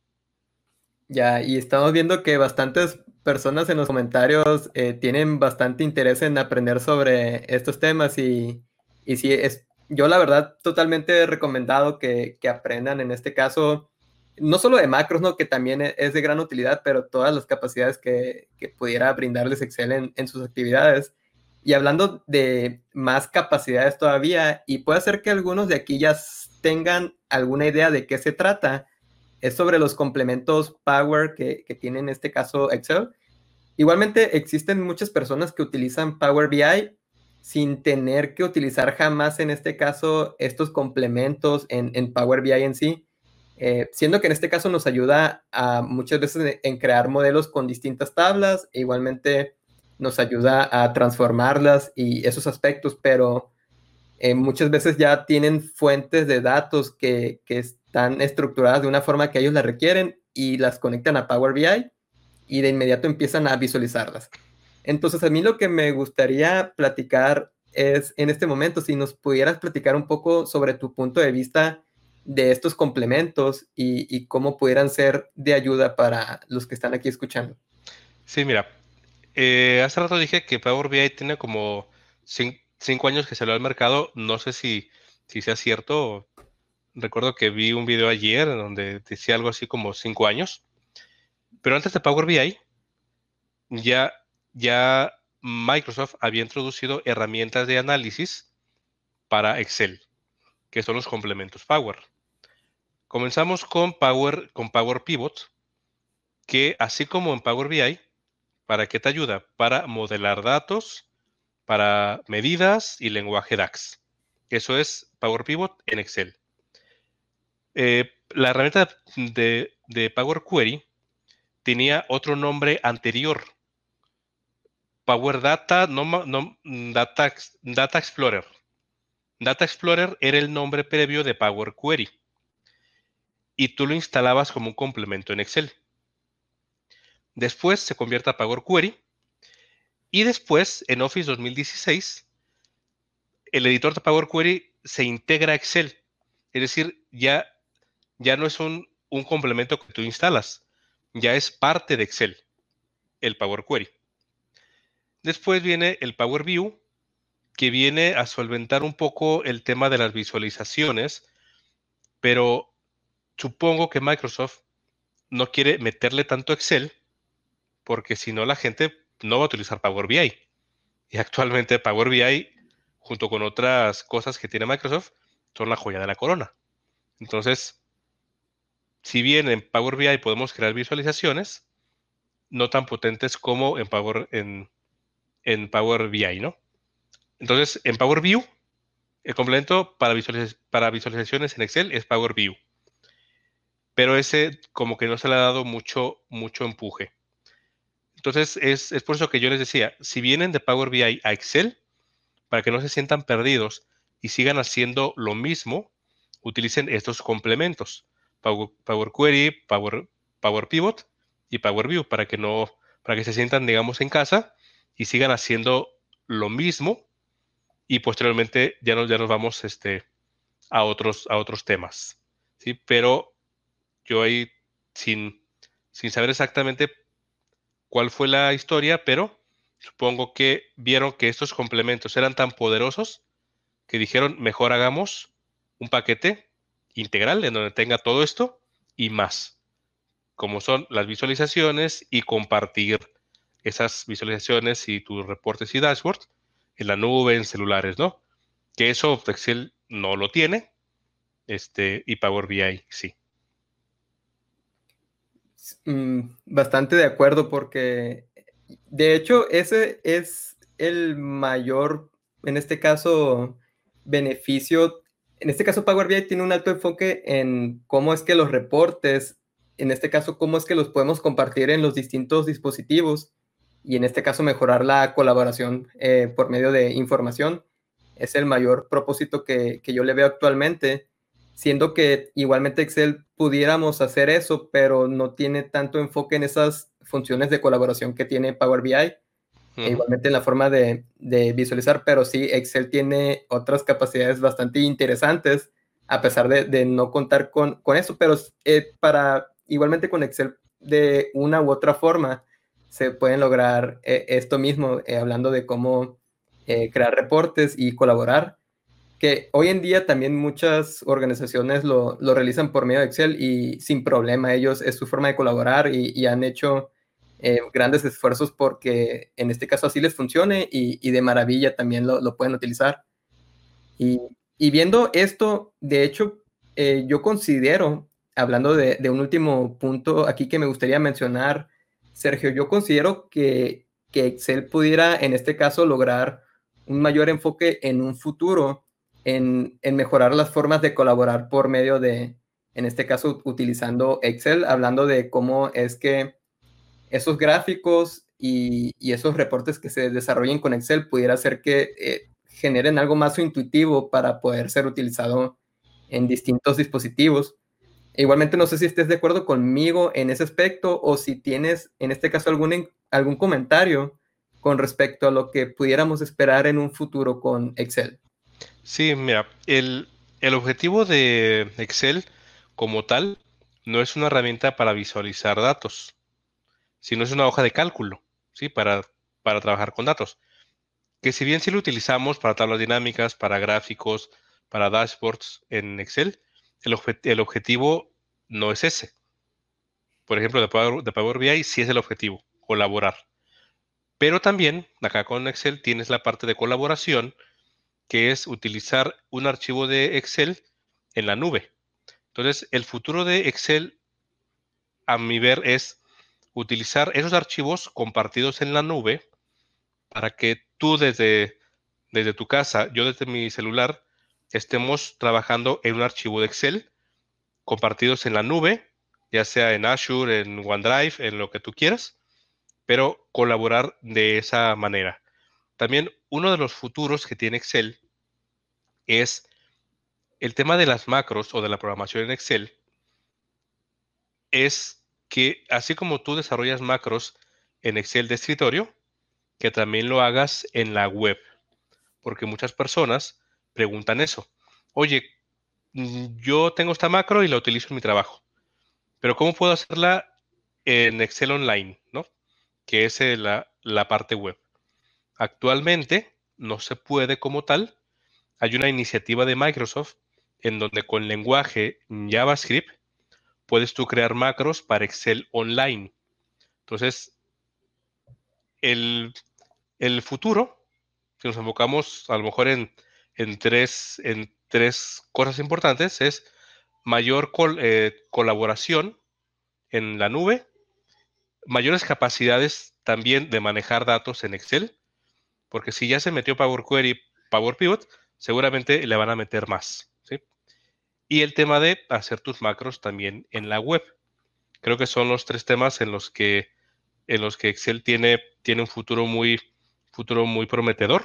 S1: Ya, y estamos viendo que bastantes personas en los comentarios eh, tienen bastante interés en aprender sobre estos temas y, y sí, es, yo la verdad totalmente recomendado que, que aprendan en este caso, no solo de macros, ¿no? Que también e- es de gran utilidad, pero todas las capacidades que, que pudiera brindarles Excel en, en sus actividades. Y hablando de más capacidades todavía, y puede ser que algunos de aquí ya s- tengan alguna idea de qué se trata, es sobre los complementos Power que, que tiene en este caso Excel. Igualmente existen muchas personas que utilizan Power B I sin tener que utilizar jamás en este caso estos complementos en, en Power B I en sí, eh, siendo que en este caso nos ayuda a muchas veces en crear modelos con distintas tablas, e igualmente nos ayuda a transformarlas y esos aspectos, pero eh, muchas veces ya tienen fuentes de datos que, que están estructuradas de una forma que ellos las requieren y las conectan a Power B I y de inmediato empiezan a visualizarlas. Entonces, a mí lo que me gustaría platicar es, en este momento, si nos pudieras platicar un poco sobre tu punto de vista de estos complementos y, y cómo pudieran ser de ayuda para los que están aquí escuchando.
S2: Sí, mira, eh, hace rato dije que Power B I tiene como cin- cinco años que salió al mercado. No sé si, si sea cierto. Recuerdo que vi un video ayer donde decía algo así como cinco años. Pero antes de Power B I, ya, ya Microsoft había introducido herramientas de análisis para Excel, que son los complementos Power. Comenzamos con Power, con Power Pivot, que así como en Power B I, ¿para qué te ayuda? Para modelar datos, para medidas y lenguaje DAX. Eso es Power Pivot en Excel. Eh, la herramienta de, de Power Query tenía otro nombre anterior, Power Data, no, no, Data, Data Explorer. Data Explorer era el nombre previo de Power Query y tú lo instalabas como un complemento en Excel. Después se convierte a Power Query y después en Office dos mil dieciséis el editor de Power Query se integra a Excel. Es decir, ya, ya no es un, un complemento que tú instalas, ya es parte de Excel, el Power Query. Después viene el Power View, que viene a solventar un poco el tema de las visualizaciones, pero supongo que Microsoft no quiere meterle tanto Excel, porque si no la gente no va a utilizar Power B I. Y actualmente Power B I, junto con otras cosas que tiene Microsoft, son la joya de la corona. Entonces, si bien en Power B I podemos crear visualizaciones, no tan potentes como en Power, en, en Power B I, ¿no? Entonces, en Power View, el complemento para, visualiz para visualizaciones en Excel es Power View. Pero ese como que no se le ha dado mucho, mucho empuje. Entonces, es, es por eso que yo les decía, si vienen de Power B I a Excel, para que no se sientan perdidos y sigan haciendo lo mismo, utilicen estos complementos, Power, Power Query, Power, Power Pivot y Power View, para que no, para que se sientan, digamos, en casa y sigan haciendo lo mismo y posteriormente ya nos, ya nos vamos este, a, otros, a otros temas. ¿Sí? Pero yo ahí, sin, sin saber exactamente cuál fue la historia, pero supongo que vieron que estos complementos eran tan poderosos que dijeron, mejor hagamos un paquete integral en donde tenga todo esto y más, como son las visualizaciones y compartir esas visualizaciones y tus reportes y dashboards en la nube, en celulares, ¿no? Que eso Excel no lo tiene, este, y Power B I sí.
S1: Mm, bastante de acuerdo porque de hecho ese es el mayor, en este caso, beneficio. En este caso Power B I tiene un alto enfoque en cómo es que los reportes en este caso, cómo es que los podemos compartir en los distintos dispositivos y en este caso mejorar la colaboración eh, por medio de información. Es el mayor propósito que, que yo le veo actualmente, siendo que igualmente Excel pudiéramos hacer eso, pero no tiene tanto enfoque en esas funciones de colaboración que tiene Power B I, e
S2: Ujú.
S1: igualmente en la forma de, de visualizar, pero sí, Excel tiene otras capacidades bastante interesantes, a pesar de, de no contar con, con eso, pero eh, para igualmente con Excel de una u otra forma se pueden lograr eh, esto mismo, eh, hablando de cómo eh, crear reportes y colaborar, que hoy en día también muchas organizaciones lo, lo realizan por medio de Excel y sin problema, ellos es su forma de colaborar y, y han hecho eh, grandes esfuerzos porque en este caso así les funcione y, y de maravilla también lo, lo pueden utilizar. Y, y viendo esto, de hecho, eh, yo considero, hablando de, de un último punto aquí que me gustaría mencionar, Sergio, yo considero que, que Excel pudiera en este caso lograr un mayor enfoque en un futuro, en, en mejorar las formas de colaborar por medio de, en este caso, utilizando Excel, hablando de cómo es que esos gráficos y, y esos reportes que se desarrollen con Excel pudiera hacer que eh, generen algo más intuitivo para poder ser utilizado en distintos dispositivos. Igualmente, no sé si estés de acuerdo conmigo en ese aspecto o si tienes, en este caso, algún, algún comentario con respecto a lo que pudiéramos esperar en un futuro con Excel.
S2: Sí, mira, el, el objetivo de Excel como tal no es una herramienta para visualizar datos, sino es una hoja de cálculo, ¿sí? Para, para trabajar con datos. Que si bien sí lo utilizamos para tablas dinámicas, para gráficos, para dashboards en Excel, el, obje- el objetivo no es ese. Por ejemplo, de Power, de Power B I sí es el objetivo, colaborar. Pero también acá con Excel tienes la parte de colaboración, que es utilizar un archivo de Excel en la nube. Entonces, el futuro de Excel, a mi ver, es utilizar esos archivos compartidos en la nube para que tú desde, desde tu casa, yo desde mi celular, estemos trabajando en un archivo de Excel compartidos en la nube, ya sea en Azure, en OneDrive, en lo que tú quieras, pero colaborar de esa manera. También uno de los futuros que tiene Excel es el tema de las macros o de la programación en Excel, es que así como tú desarrollas macros en Excel de escritorio, que también lo hagas en la web, porque muchas personas preguntan eso. Oye, mm, yo tengo esta macro y la utilizo en mi trabajo, pero ¿cómo puedo hacerla en Excel Online, ¿no? Que es eh, la, la parte web. Actualmente no se puede como tal. Hay una iniciativa de Microsoft en donde con lenguaje JavaScript puedes tú crear macros para Excel Online. Entonces, el, el futuro, si nos enfocamos a lo mejor en, en tres, en tres cosas importantes, es mayor col- eh, colaboración en la nube, mayores capacidades también de manejar datos en Excel, porque si ya se metió Power Query, Power Pivot, seguramente le van a meter más, ¿sí? Y el tema de hacer tus macros también en la web. Creo que son los tres temas en los que, en los que Excel tiene, tiene un futuro muy, futuro muy prometedor.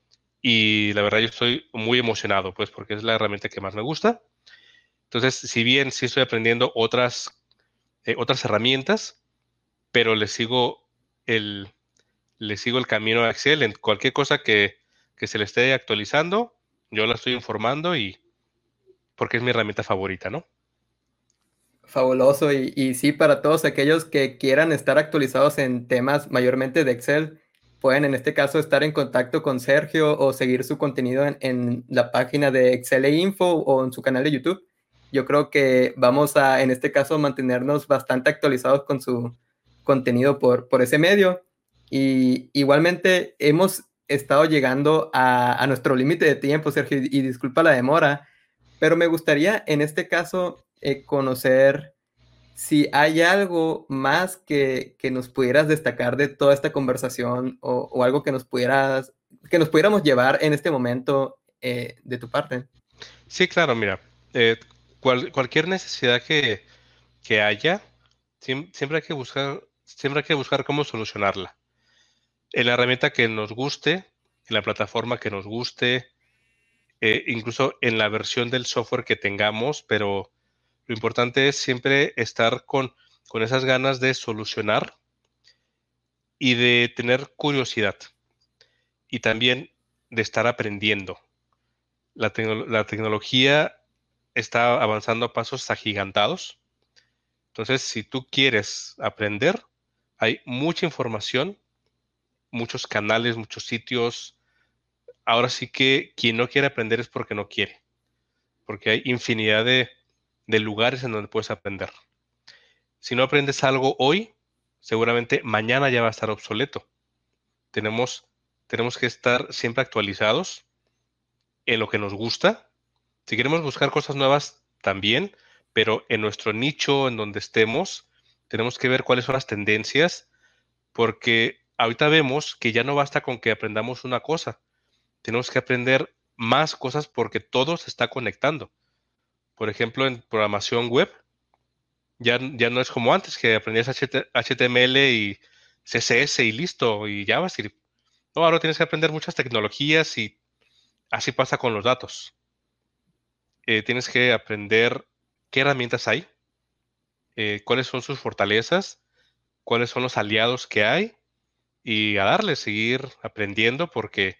S2: Y la verdad yo estoy muy emocionado, pues, porque es la herramienta que más me gusta. Entonces, si bien sí estoy aprendiendo otras, eh, otras herramientas, pero le sigo el, le sigo el camino a Excel en cualquier cosa que, que se le esté actualizando, yo la estoy informando y porque es mi herramienta favorita, ¿no?
S1: Fabuloso. Y, y sí, para todos aquellos que quieran estar actualizados en temas mayormente de Excel, pueden en este caso estar en contacto con Sergio o seguir su contenido en, en la página de Excel e Info o en su canal de YouTube. Yo creo que vamos a, en este caso, mantenernos bastante actualizados con su contenido por, por ese medio. Y igualmente hemos estado llegando a, a nuestro límite de tiempo, Sergio, y, y disculpa la demora, pero me gustaría en este caso eh, conocer si hay algo más que, que nos pudieras destacar de toda esta conversación o, o algo que nos pudieras, que nos pudiéramos llevar en este momento eh, de tu parte.
S2: Sí, claro, mira, eh, cual- cualquier necesidad que, que haya, Siem- Siempre hay que buscar, siempre hay que buscar cómo solucionarla. En la herramienta que nos guste, en la plataforma que nos guste, eh, incluso en la versión del software que tengamos, pero lo importante es siempre estar con, con esas ganas de solucionar y de tener curiosidad y también de estar aprendiendo. La, tecno- la tecnología está avanzando a pasos agigantados. Entonces, si tú quieres aprender, hay mucha información, muchos canales, muchos sitios. Ahora sí que quien no quiere aprender es porque no quiere, porque hay infinidad de, de lugares en donde puedes aprender. Si no aprendes algo hoy, seguramente mañana ya va a estar obsoleto. Tenemos, tenemos que estar siempre actualizados en lo que nos gusta. Si queremos buscar cosas nuevas, también, pero en nuestro nicho, en donde estemos, tenemos que ver cuáles son las tendencias, porque ahorita vemos que ya no basta con que aprendamos una cosa, tenemos que aprender más cosas porque todo se está conectando. Por ejemplo, en programación web, ya, ya no es como antes, que aprendías H T M L y C S S y listo, y JavaScript. No, ahora tienes que aprender muchas tecnologías y así pasa con los datos. Eh, tienes que aprender qué herramientas hay, eh, cuáles son sus fortalezas, cuáles son los aliados que hay y a darle, seguir aprendiendo porque,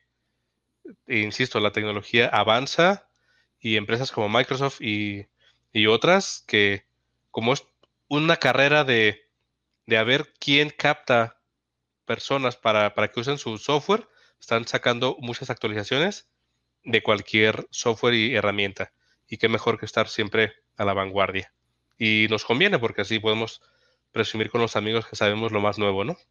S2: eh, insisto, la tecnología avanza y empresas como Microsoft y, y otras que como es una carrera de, de a ver quién capta personas para, para que usen su software, están sacando muchas actualizaciones de cualquier software y herramienta. Y qué mejor que estar siempre a la vanguardia. Y nos conviene porque así podemos presumir con los amigos que sabemos lo más nuevo, ¿no?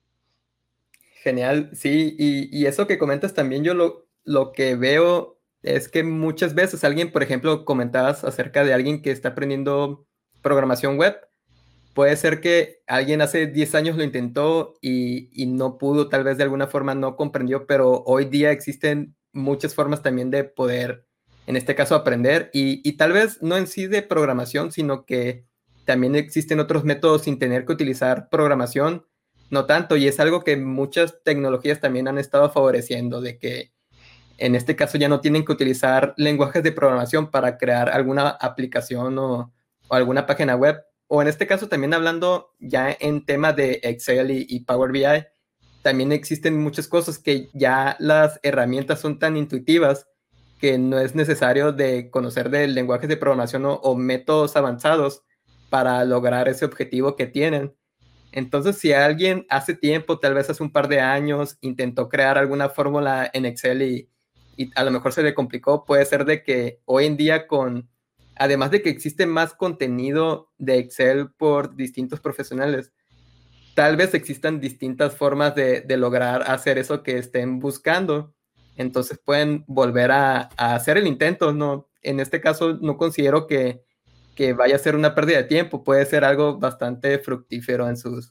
S1: Genial, sí, y, y eso que comentas también yo lo, lo que veo es que muchas veces alguien, por ejemplo, comentabas acerca de alguien que está aprendiendo programación web, puede ser que alguien hace diez años lo intentó y, y no pudo, tal vez de alguna forma no comprendió, pero hoy día existen muchas formas también de poder, en este caso, aprender y, y tal vez no en sí de programación, sino que también existen otros métodos sin tener que utilizar programación, no tanto, y es algo que muchas tecnologías también han estado favoreciendo, de que en este caso ya no tienen que utilizar lenguajes de programación para crear alguna aplicación o, o alguna página web. O en este caso también hablando ya en tema de Excel y, y Power B I, también existen muchas cosas que ya las herramientas son tan intuitivas que no es necesario de conocer de lenguajes de programación o, o métodos avanzados para lograr ese objetivo que tienen. Entonces, si alguien hace tiempo, tal vez hace un par de años, intentó crear alguna fórmula en Excel y, y a lo mejor se le complicó, puede ser de que hoy en día con, además de que existe más contenido de Excel por distintos profesionales, tal vez existan distintas formas de, de lograr hacer eso que estén buscando. Entonces pueden volver a, a hacer el intento, ¿no? En este caso no considero que, que vaya a ser una pérdida de tiempo, puede ser algo bastante fructífero en sus,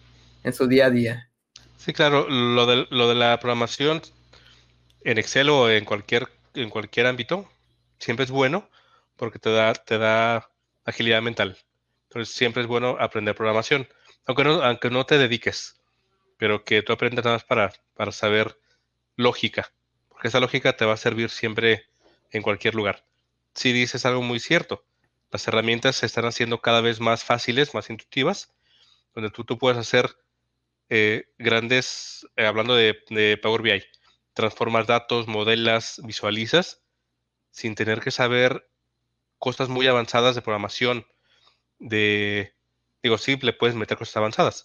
S1: en su día a día.
S2: Sí, claro, lo de, lo de la programación en Excel o en cualquier, en cualquier ámbito siempre es bueno porque te da, te da agilidad mental. Entonces siempre es bueno aprender programación, aunque no, aunque no te dediques, pero que tú aprendas nada más para, para saber lógica, porque esa lógica te va a servir siempre en cualquier lugar. Si dices algo muy cierto, las herramientas se están haciendo cada vez más fáciles, más intuitivas, donde tú, tú puedes hacer eh, grandes, eh, hablando de, de Power B I, transformas datos, modelas, visualizas, sin tener que saber cosas muy avanzadas de programación, de, digo, sí, le puedes meter cosas avanzadas,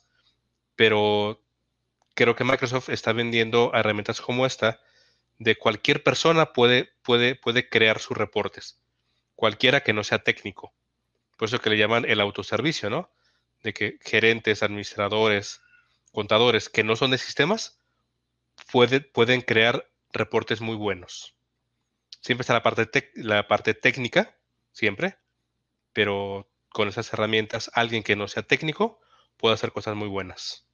S2: pero creo que Microsoft está vendiendo herramientas como esta de cualquier persona puede, puede, puede crear sus reportes, cualquiera que no sea técnico. Por eso que le llaman el autoservicio, ¿no? De que gerentes, administradores, contadores que no son de sistemas puede- pueden crear reportes muy buenos. Siempre está la parte, tec- la parte técnica, siempre, pero con esas herramientas, alguien que no sea técnico puede hacer cosas muy buenas.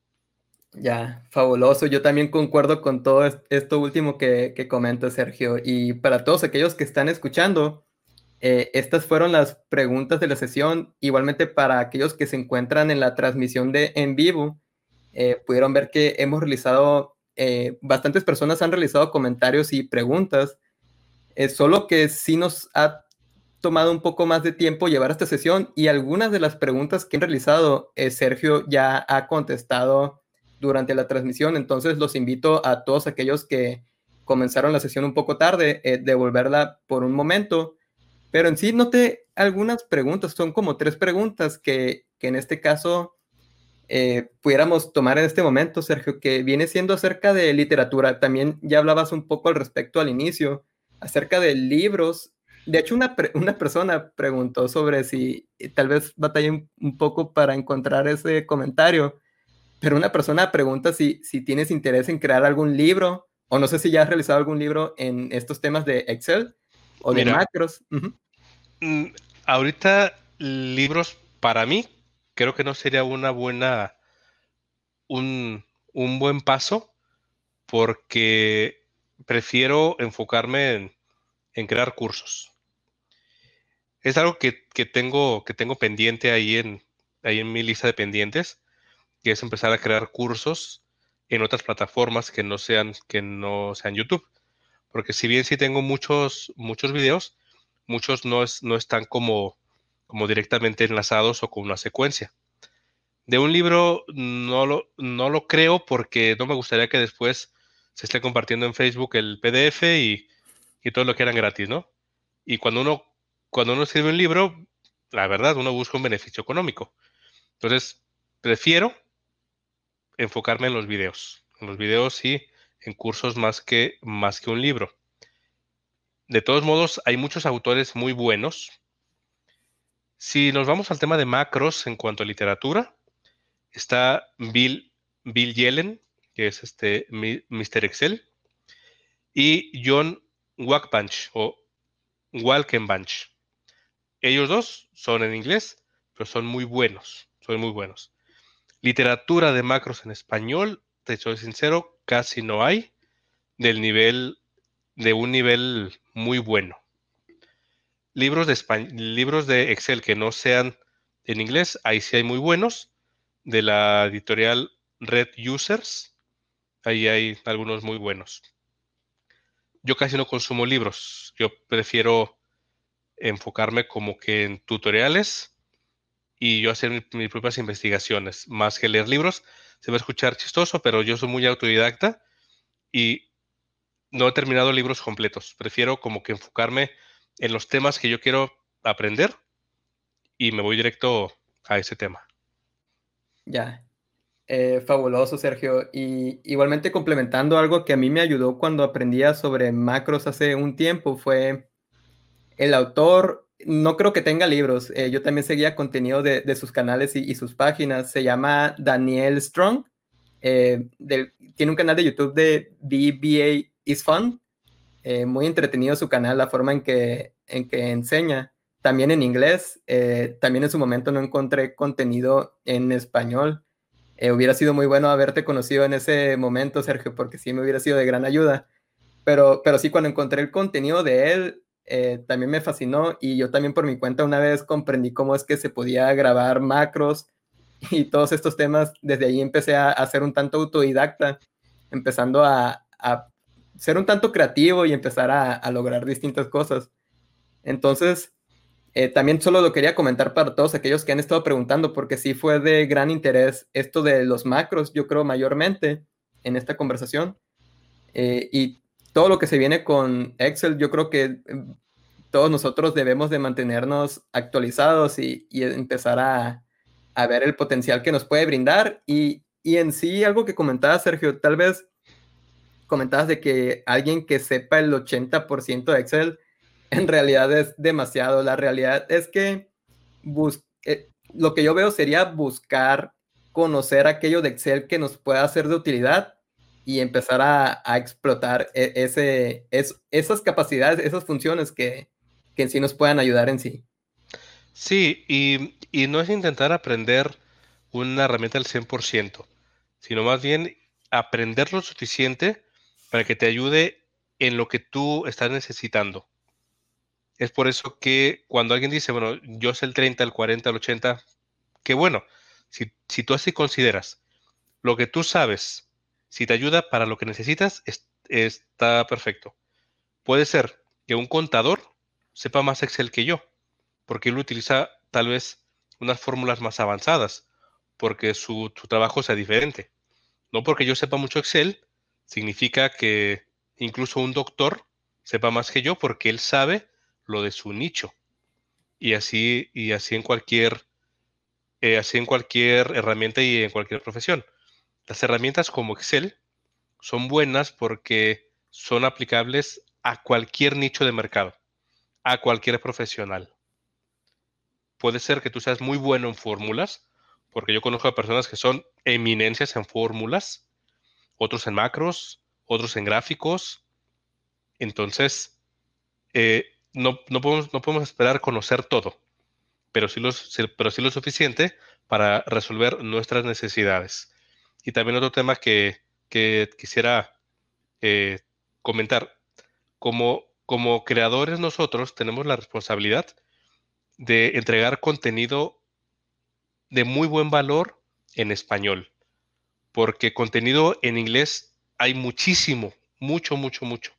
S1: Ya, fabuloso. Yo también concuerdo con todo es- esto último que, que comenta Sergio. Y para todos aquellos que están escuchando, Eh, estas fueron las preguntas de la sesión. Igualmente para aquellos que se encuentran en la transmisión de en vivo, eh, pudieron ver que hemos realizado, eh, bastantes personas han realizado comentarios y preguntas, eh, solo que sí nos ha tomado un poco más de tiempo llevar esta sesión y algunas de las preguntas que han realizado, eh, Sergio ya ha contestado durante la transmisión. Entonces los invito a todos aquellos que comenzaron la sesión un poco tarde, eh, devolverla por un momento. Pero en sí noté algunas preguntas, son como tres preguntas que, que en este caso eh, pudiéramos tomar en este momento, Sergio, que viene siendo acerca de literatura. También ya hablabas un poco al respecto al inicio, acerca de libros. De hecho, una, pre- una persona preguntó sobre si eh, tal vez batallé un, un poco para encontrar ese comentario, pero una persona pregunta si, si tienes interés en crear algún libro, o no sé si ya has realizado algún libro en estos temas de Excel o de
S2: Mira,
S1: macros. Ujú.
S2: mm, ahorita libros para mí creo que no sería una buena, un, un buen paso porque prefiero enfocarme en, en crear cursos. Es algo que, que tengo, que tengo pendiente ahí en, ahí en mi lista de pendientes, que es empezar a crear cursos en otras plataformas que no sean, que no sean YouTube. Porque si bien sí tengo muchos, muchos videos, muchos no, es, no están como, como directamente enlazados o con una secuencia. De un libro no lo, no lo creo porque no me gustaría que después se esté compartiendo en Facebook el P D F y, y todo lo que eran gratis, ¿no? Y cuando uno, cuando uno escribe un libro, la verdad, uno busca un beneficio económico. Entonces, prefiero enfocarme en los videos. En los videos y en cursos más que, más que un libro. De todos modos, hay muchos autores muy buenos. Si nos vamos al tema de macros en cuanto a literatura, está Bill, Bill Yellen, que es este mi- míster Excel, y John Walkenbach o Walkenbach. Ellos dos son en inglés, pero son muy buenos, son muy buenos. Literatura de macros en español, te soy sincero, casi no hay del nivel, de un nivel muy bueno. Libros de espa- libros de Excel que no sean en inglés, ahí sí hay muy buenos. De la editorial Red Users, ahí hay algunos muy buenos. Yo casi no consumo libros, yo prefiero enfocarme como que en tutoriales y yo hacer mi- mis propias investigaciones, más que leer libros. Se va a escuchar chistoso, pero yo soy muy autodidacta y no he terminado libros completos. Prefiero como que enfocarme en los temas que yo quiero aprender y me voy directo a ese tema.
S1: Ya. Eh, fabuloso, Sergio. Y igualmente complementando algo que a mí me ayudó cuando aprendía sobre macros hace un tiempo fue el autor. No creo que tenga libros. Eh, yo también seguía contenido de, de sus canales y, y sus páginas. Se llama Daniel Strong. Eh, del- tiene un canal de YouTube de B B A is Fun. Eh, muy entretenido su canal, la forma en que, en que enseña. También en inglés. Eh, también en su momento no encontré contenido en español. Eh, hubiera sido muy bueno haberte conocido en ese momento, Sergio, porque sí me hubiera sido de gran ayuda. Pero, pero sí, cuando encontré el contenido de él, eh, también me fascinó y yo también por mi cuenta una vez comprendí cómo es que se podía grabar macros y todos estos temas. Desde ahí empecé a, a ser un tanto autodidacta, empezando a, a ser un tanto creativo y empezar a, a lograr distintas cosas. Entonces, eh, también solo lo quería comentar para todos aquellos que han estado preguntando, porque sí fue de gran interés esto de los macros, yo creo mayormente en esta conversación. Eh, y todo lo que se viene con Excel, yo creo que eh, todos nosotros debemos de mantenernos actualizados y, y empezar a, a ver el potencial que nos puede brindar. Y, y en sí, algo que comentaba Sergio, tal vez comentabas de que alguien que sepa el ochenta por ciento de Excel en realidad es demasiado. La realidad es que bus eh, lo que yo veo sería buscar conocer aquello de Excel que nos pueda ser de utilidad y empezar a, a explotar e- ese, es, esas capacidades, esas funciones que, que en sí nos puedan ayudar en sí.
S2: Sí, y, y no es intentar aprender una herramienta al cien por ciento, sino más bien aprender lo suficiente para que te ayude en lo que tú estás necesitando. Es por eso que cuando alguien dice, bueno, yo sé el treinta, el cuarenta, el ochenta, qué bueno. Si, si tú así consideras lo que tú sabes, si te ayuda para lo que necesitas, es- está perfecto. Puede ser que un contador sepa más Excel que yo, porque él utiliza tal vez unas fórmulas más avanzadas, porque su, su trabajo sea diferente. No porque yo sepa mucho Excel, significa que incluso un doctor sepa más que yo, porque él sabe lo de su nicho. Y así, y así en cualquier, eh, así en cualquier herramienta y en cualquier profesión. Las herramientas como Excel son buenas porque son aplicables a cualquier nicho de mercado, a cualquier profesional. Puede ser que tú seas muy bueno en fórmulas, porque yo conozco a personas que son eminencias en fórmulas, otros en macros, otros en gráficos. Entonces, eh, no, no podemos, no podemos esperar conocer todo, pero sí, los, sí- pero sí lo suficiente para resolver nuestras necesidades. Y también otro tema que, que quisiera eh, comentar, como, como creadores nosotros tenemos la responsabilidad de entregar contenido de muy buen valor en español, porque contenido en inglés hay muchísimo, mucho, mucho, mucho,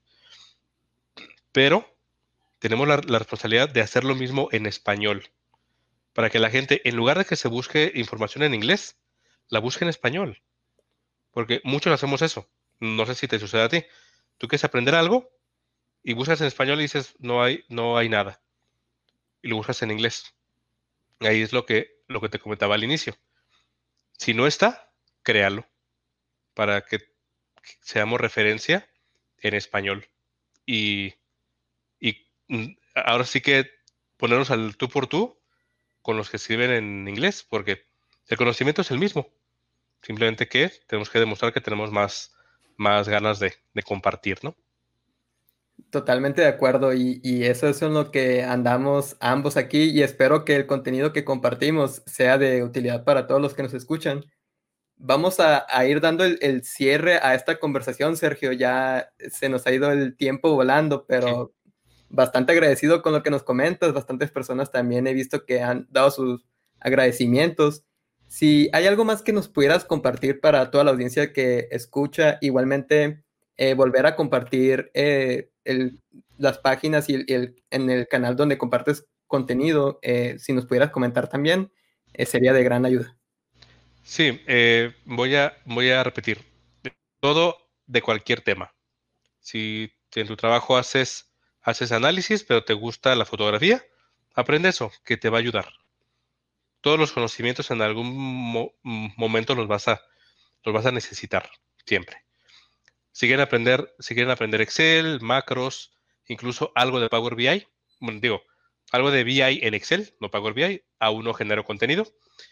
S2: pero tenemos la, la responsabilidad de hacer lo mismo en español, para que la gente, en lugar de que se busque información en inglés, la busque en español, porque muchos hacemos eso. No sé si te sucede a ti. Tú quieres aprender algo y buscas en español y dices, no hay, no hay nada, y lo buscas en inglés. Ahí es lo que, lo que te comentaba al inicio. Si no está, créalo para que seamos referencia en español. Y, y mm, ahora sí que ponernos al tú por tú con los que escriben en inglés, porque el conocimiento es el mismo. Simplemente que tenemos que demostrar que tenemos más, más ganas de, de compartir, ¿no?
S1: Totalmente de acuerdo y, y eso es en lo que andamos ambos aquí y espero que el contenido que compartimos sea de utilidad para todos los que nos escuchan. Vamos a, a ir dando el, el cierre a esta conversación, Sergio. Ya se nos ha ido el tiempo volando,
S2: Sí.
S1: pero bastante agradecido con lo que nos comentas. Bastantes personas también he visto que han dado sus agradecimientos. Si hay algo más que nos pudieras compartir para toda la audiencia que escucha, igualmente eh, volver a compartir eh, el- las páginas y el, el- en el canal donde compartes contenido, eh, si nos pudieras comentar también, eh, sería de gran ayuda.
S2: Sí, eh, voy a, voy a repetir. Todo de cualquier tema. Si en tu trabajo haces, haces análisis, pero te gusta la fotografía, aprende eso, que te va a ayudar. Todos los conocimientos en algún mo- m- momento los vas a, los vas a necesitar, siempre. Si quieren aprender, si quieren aprender Excel, macros, incluso algo de Power B I, bueno, digo, algo de B I en Excel, no Power B I, aún no genero contenido.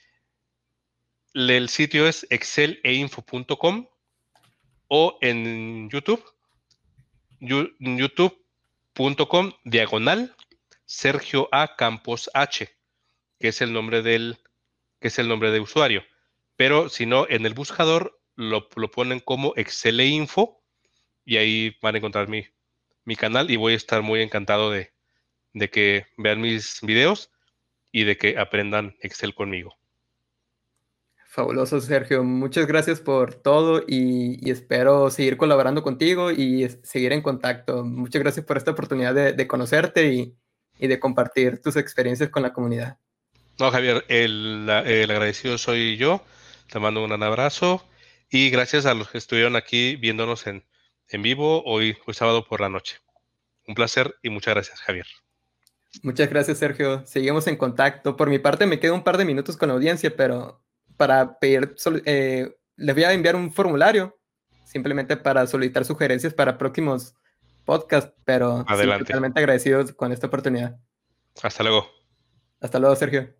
S2: El sitio es excel e info punto com o en YouTube, youtube punto com diagonal Sergio A. Campos H, que es el nombre del, que es el nombre de usuario. Pero si no, en el buscador lo, lo ponen como Excel e Info y ahí van a encontrar mi, mi canal y voy a estar muy encantado de, de que vean mis videos y de que aprendan Excel conmigo.
S1: Fabuloso, Sergio. Muchas gracias por todo y, y espero seguir colaborando contigo y es- seguir en contacto. Muchas gracias por esta oportunidad de, de conocerte y, y de compartir tus experiencias con la comunidad.
S2: No, Javier, el, el agradecido soy yo. Te mando un gran abrazo y gracias a los que estuvieron aquí viéndonos en, en vivo hoy, hoy sábado por la noche. Un placer y muchas gracias, Javier.
S1: Muchas gracias, Sergio. Seguimos en contacto. Por mi parte, me quedo un par de minutos con la audiencia, pero para pedir, sol- eh, les voy a enviar un formulario simplemente para solicitar sugerencias para próximos podcasts, pero sí,
S2: Adelante.
S1: totalmente agradecidos con esta oportunidad.
S2: Hasta luego.
S1: Hasta luego, Sergio.